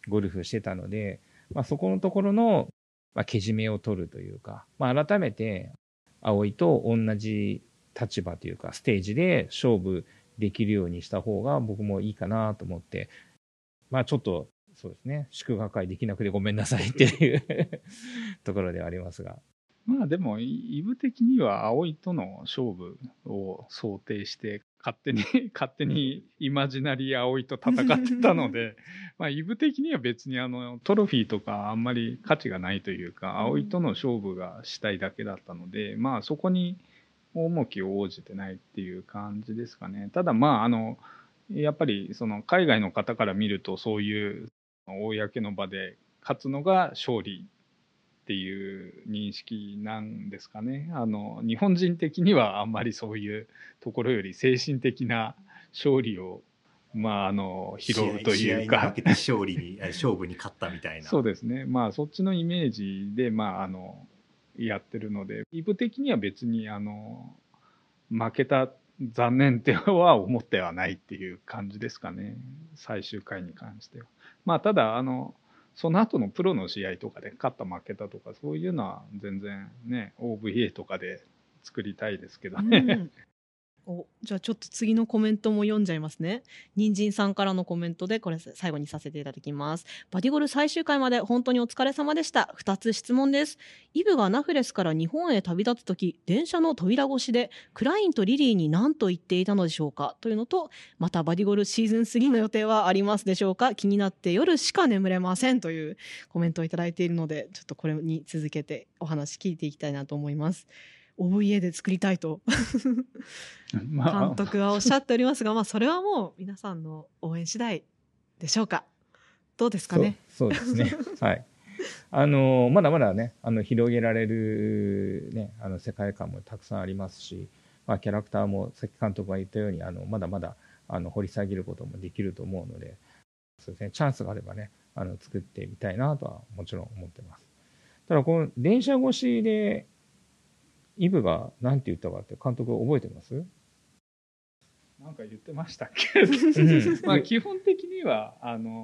ゴルフしてたので、そこのところの、けじめを取るというか、改めて葵と同じ立場というかステージで勝負できるようにした方が僕もいいかなと思って、ちょっとそうですね、祝賀会できなくてごめんなさいっていうところではありますが。 でも、イブ的には葵との勝負を想定して、勝手にイマジナリー葵と戦ってたので、イブ的には別にトロフィーとかあんまり価値がないというか、葵との勝負がしたいだけだったので、そこに重きを応じてないっていう感じですかね。ただやっぱりその海外の方から見るとそういう公の場で勝つのが勝利っていう認識なんですかね。日本人的にはあんまりそういうところより精神的な勝利を拾うというか、 試合に負けて勝負に勝ったみたいな。 そうですね。そっちのイメージでやってるので、イブ的には別に負けた残念っては思ってはないっていう感じですかね。最終回に関しては。ただその後のプロの試合とかで勝った負けたとかそういうのは全然ね OVA とかで作りたいですけどね。 じゃあちょっと次のコメントも読んじゃいますね。人参さんからのコメントでこれ最後にさせていただきます。バディゴル最終回まで本当にお疲れ様でした。2つ質問です。イブがナフレスから日本へ旅立つとき、電車の扉越しでクラインとリリーに何と言っていたのでしょうかというのと、またバディゴルシーズン3の予定はありますでしょうか。気になって夜しか眠れませんというコメントをいただいているので、ちょっとこれに続けてお話聞いていきたいなと思います。OVA で作りたいと監督はおっしゃっておりますが、それはもう皆さんの応援次第でしょうか。どうですかね。 そうですね。はい。まだまだね、広げられるね、世界観もたくさんありますし、キャラクターもさっき監督が言ったように、まだまだ掘り下げることもできると思うので、そうですね、チャンスがあればね、作ってみたいなとはもちろん思ってます。ただこの電車越しでイブが何て言ったかって監督覚えてます？ なんか言ってましたっけ？基本的には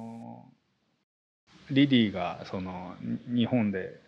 リリーがその日本で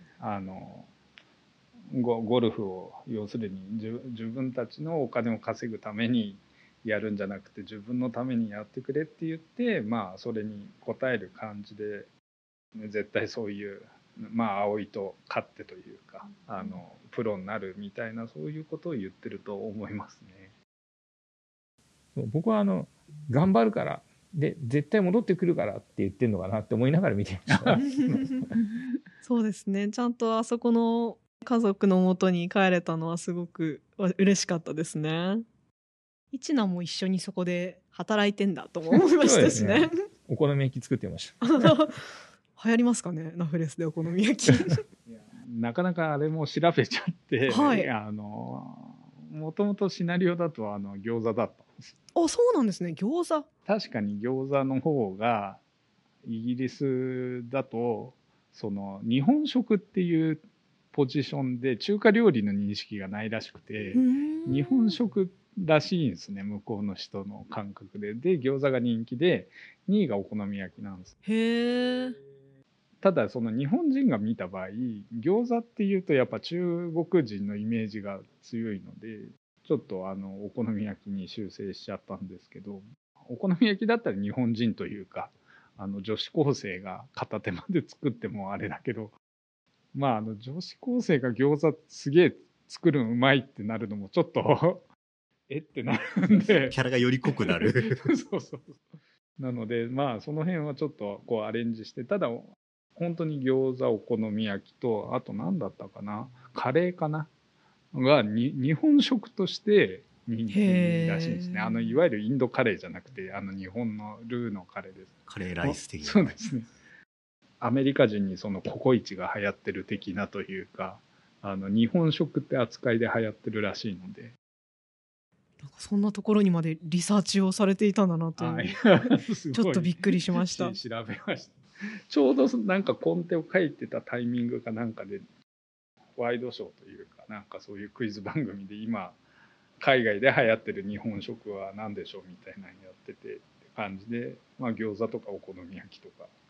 ゴルフを要するに自分たちのお金を稼ぐためにやるんじゃなくて自分のためにやってくれって言ってそれに応える感じで、絶対そういう葵と勝ってというかプロになるみたいなそういうことを言ってると思いますね。 僕は頑張るからで絶対戻ってくるからって言ってるのかなって思いながら見てました。 そうですね。ちゃんとあそこの家族の元に帰れたのはすごく嬉しかったですね。一男も一緒にそこで働いてんだとも思いましたしね。 お好み焼き作ってました。 流行りますかね、ナフレスでお好み焼き。 なかなかあれも調べちゃって、 はい、 もともとシナリオだと餃子だったんです。 あ、そうなんですね。餃子。 確かに餃子の方がイギリスだとその日本食っていうポジションで中華料理の認識がないらしくて、日本食らしいんですね、向こうの人の感覚で。で餃子が人気で2位がお好み焼きなんです。 へー。 ただその日本人が見た場合餃子っていうとやっぱ中国人のイメージが強いのでちょっとお好み焼きに修正しちゃったんですけど、お好み焼きだったら日本人というか女子高生が片手間で作ってもあれだけど、女子高生が餃子すげえ作るのうまいってなるのもちょっとってなるんでキャラがより濃くなる。 そうなのでその辺はちょっとこうアレンジして、ただ本当に餃子お好み焼きとあと何だったかな、カレーかなが日本食として人気らしいんですね。いわゆるインドカレーじゃなくて日本のルーのカレーです。 カレーライス的な。 そうですね。アメリカ人にそのココイチが流行ってる的なというか日本食って扱いで流行ってるらしいので、 なんかそんなところにまでリサーチをされていたんだなと、ちょっとびっくりしました。 調べました。ちょうどなんかコンテを書いてたタイミングかなんかでワイドショーというかなんかそういうクイズ番組で今海外で流行ってる日本食は何でしょうみたいなのやっててって感じで、餃子とかお好み焼きとか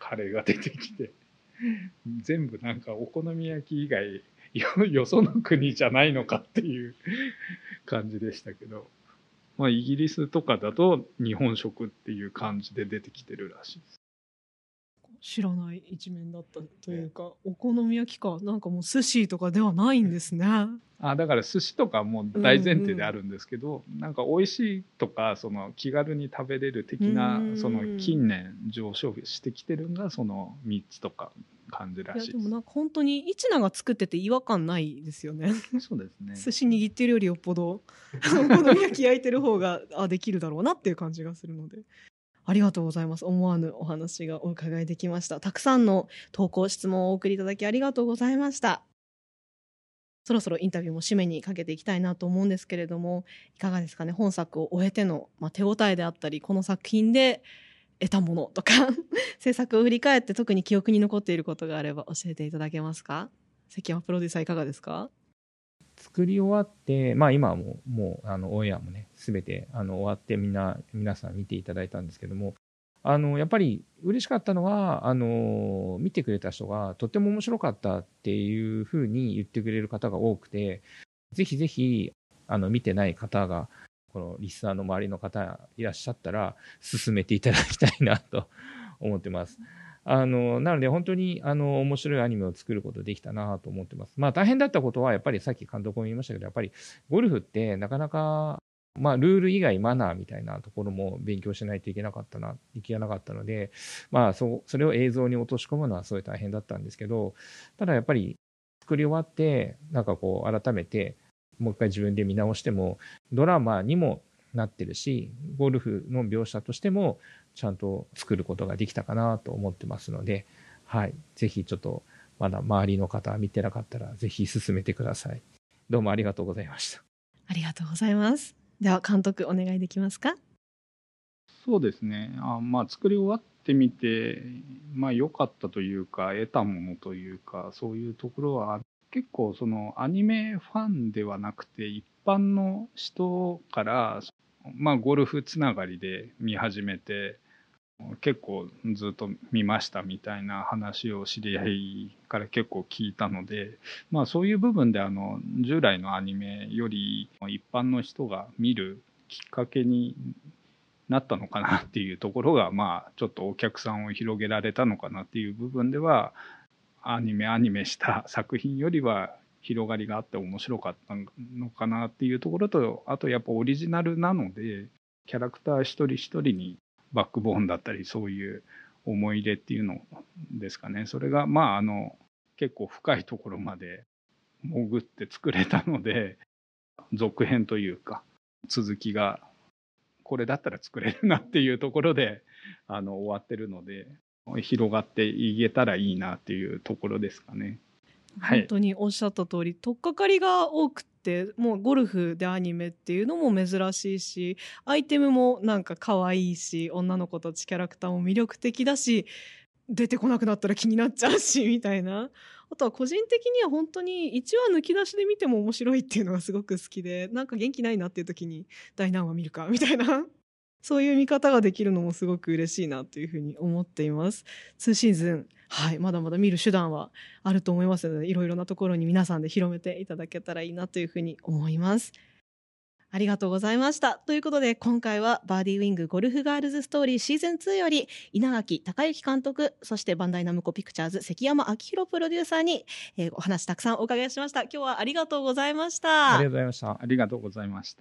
カレーが出てきて、全部なんかお好み焼き以外よその国じゃないのかっていう感じでしたけど、まあイギリスとかだと日本食っていう感じで出てきてるらしいです。 知らない一面だったというか、お好み焼きか、なんかもう寿司とかではないんですね。 だから寿司とかも大前提であるんですけど、なんか美味しいとかその気軽に食べれる的な、その近年上昇してきてるのがその3つとか感じらしいです。 いやでもなんか本当に一菜が作ってて違和感ないですよね。 そうですね。 寿司握ってるよりよっぽどお好み焼き焼いてる方ができるだろうなっていう感じがするので、ありがとうございます。思わぬお話がお伺いできました。たくさんの投稿質問をお送りいただきありがとうございました。そろそろインタビューも締めにかけていきたいなと思うんですけれども、いかがですかね。本作を終えての、手応えであったり、この作品で得たものとか制作を振り返って特に記憶に残っていることがあれば教えていただけますか。関山プロデューサーいかがですか。 作り終わって、今はもうオンエアもね全て終わって皆さん見ていただいたんですけども、やっぱり嬉しかったのは見てくれた人がとっても面白かったっていうふうに言ってくれる方が多くて、ぜひぜひ見てない方がこのリスナーの周りの方いらっしゃったら進めていただきたいなと思ってます。なので本当に面白いアニメを作ることできたなと思ってます。大変だったことはやっぱりさっき監督も言いましたけど、やっぱりゴルフってなかなかルール以外マナーみたいなところも勉強しないといけなかったので、それを映像に落とし込むのはすごい大変だったんですけど、ただやっぱり作り終わってなんかこう改めてもう一回自分で見直してもドラマにもなってるし、ゴルフの描写としてもちゃんと作ることができたかなと思ってますので、はい、ぜひちょっとまだ周りの方見てなかったらぜひ進めてください。どうもありがとうございました。 ありがとうございます。では監督お願いできますか。 そうですね。作り終わってみて、良かったというか得たものというか、そういうところは結構そのアニメファンではなくて一般の人からゴルフつながりで見始めて、結構ずっと見ましたみたいな話を知り合いから結構聞いたので、そういう部分で従来のアニメより一般の人が見るきっかけになったのかなっていうところが、ちょっとお客さんを広げられたのかなっていう部分では、アニメした作品よりは広がりがあって面白かったのかなっていうところと、あとやっぱオリジナルなのでキャラクター一人一人にバックボーンだったりそういう思い入れっていうのですかね、それが結構深いところまで潜って作れたので、続編というか続きがこれだったら作れるなっていうところで終わってるので、広がっていけたらいいなっていうところですかね。 本当におっしゃった通り、取っかかりが多くて、もうゴルフでアニメっていうのも珍しいし、アイテムもなんか可愛いし、女の子たちキャラクターも魅力的だし、出てこなくなったら気になっちゃうしみたいな。あとは個人的には本当に1話抜き出しで見ても面白いっていうのがすごく好きで、なんか元気ないなっていう時に第何話見るかみたいなそういう見方ができるのもすごく嬉しいなというふうに思っています。2シーズン、まだまだ見る手段はあると思いますので、いろいろなところに皆さんで広めていただけたらいいなというふうに思います。ありがとうございました。ということで今回はバーディーウィングゴルフガールズストーリーシーズン2より稲垣孝之監督、そしてバンダイナムコピクチャーズ関山明宏プロデューサーに、お話たくさんお伺いしました。今日はありがとうございました。 ありがとうございました。 ありがとうございました。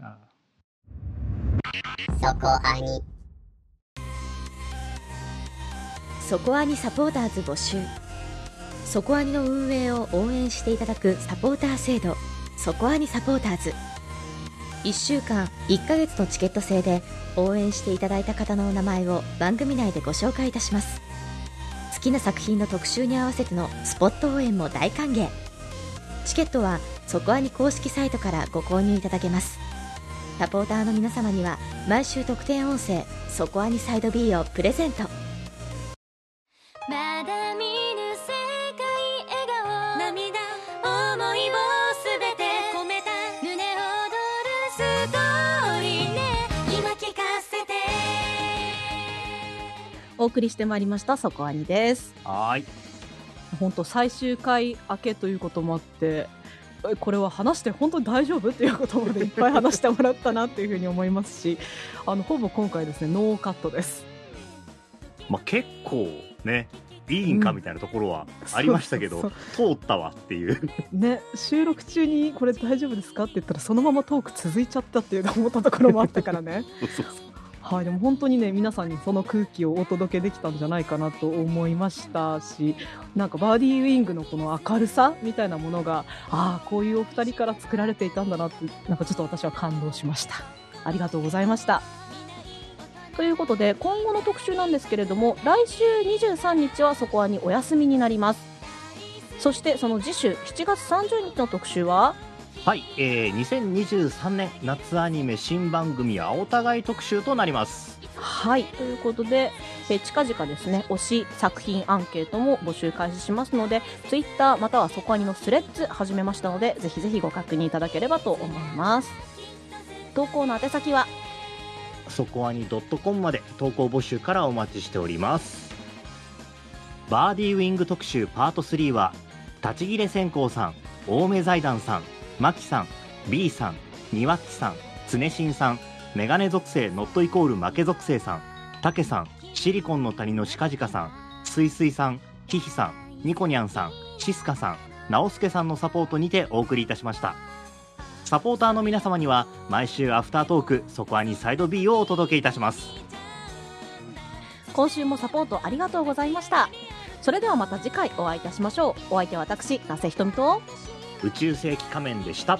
そこアニ。 そこアニサポーターズ募集。そこアニの運営を応援していただくサポーター制度、そこアニサポーターズ。1週間1ヶ月のチケット制で応援していただいた方のお名前を番組内でご紹介いたします。好きな作品の特集に合わせてのスポット応援も大歓迎。チケットはそこアニ公式サイトからご購入いただけます。サポーターの皆様には毎週特典音声そこアニサイド B をプレゼント。 まだ見ぬ世界笑顔涙思いをすべて込めた胸躍るストーリーね、今聞かせて。 お送りしてまいりましたそこアニです。 はい。 本当最終回明けということもあって、これは話して本当に大丈夫っていうことまでいっぱい話してもらったなっていうふうに思いますし、ほぼ今回ですねノーカットです。 結構ねいいんかみたいなところはありましたけど、通ったわっていうね、収録中にこれ大丈夫ですかって言ったらそのままトーク続いちゃったっていう思ったところもあったからねそうはい、でも本当にね皆さんにその空気をお届けできたんじゃないかなと思いましたし、なんかバーディーウィングのこの明るさみたいなものがこういうお二人から作られていたんだなって、なんかちょっと私は感動しました。ありがとうございました。ということで今後の特集なんですけれども、来週23日はそこはにお休みになります。そしてその次週7月30日の特集ははい、2023年夏アニメ新番組はお互い特集となります。 はい、ということで、近々ですね推し作品アンケートも募集開始しますので、ツイッターまたはそこアニのスレッズ始めましたので、ぜひぜひご確認いただければと思います。投稿の宛先はそこアニ.com まで投稿募集からお待ちしております。バーディーウィング特集パート3は立ち切れ線香さん、青梅財団さん、マキさん、 B さん、ニワッチさん、常新さん、メガネ属性ノットイコール負け属性さん、タケさん、シリコンの谷のシカジカさん、スイスイさん、ヒヒさん、ニコニャンさん、シスカさん、ナオスケさんのサポートにてお送りいたしました。サポーターの皆様には毎週アフタートークそこアニサイド B をお届けいたします。 今週もサポートありがとうございました。それではまた次回お会いいたしましょう。お相手は私那瀬ひとみと宇宙世紀仮面でした。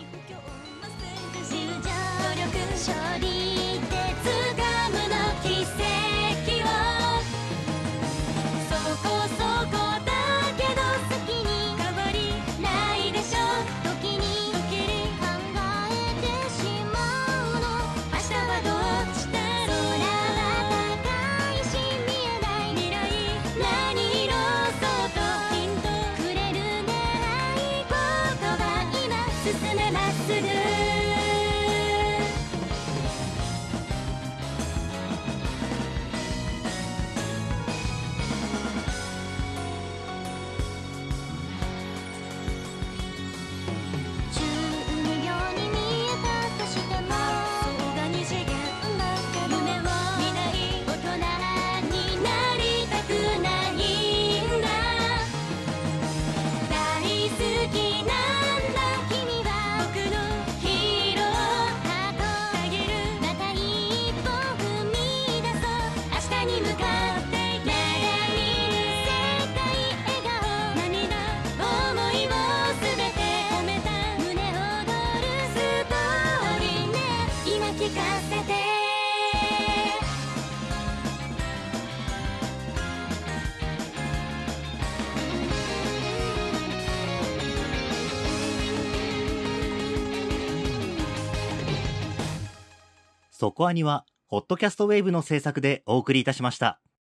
そこアニはホットキャストウェーブの制作でお送りいたしました。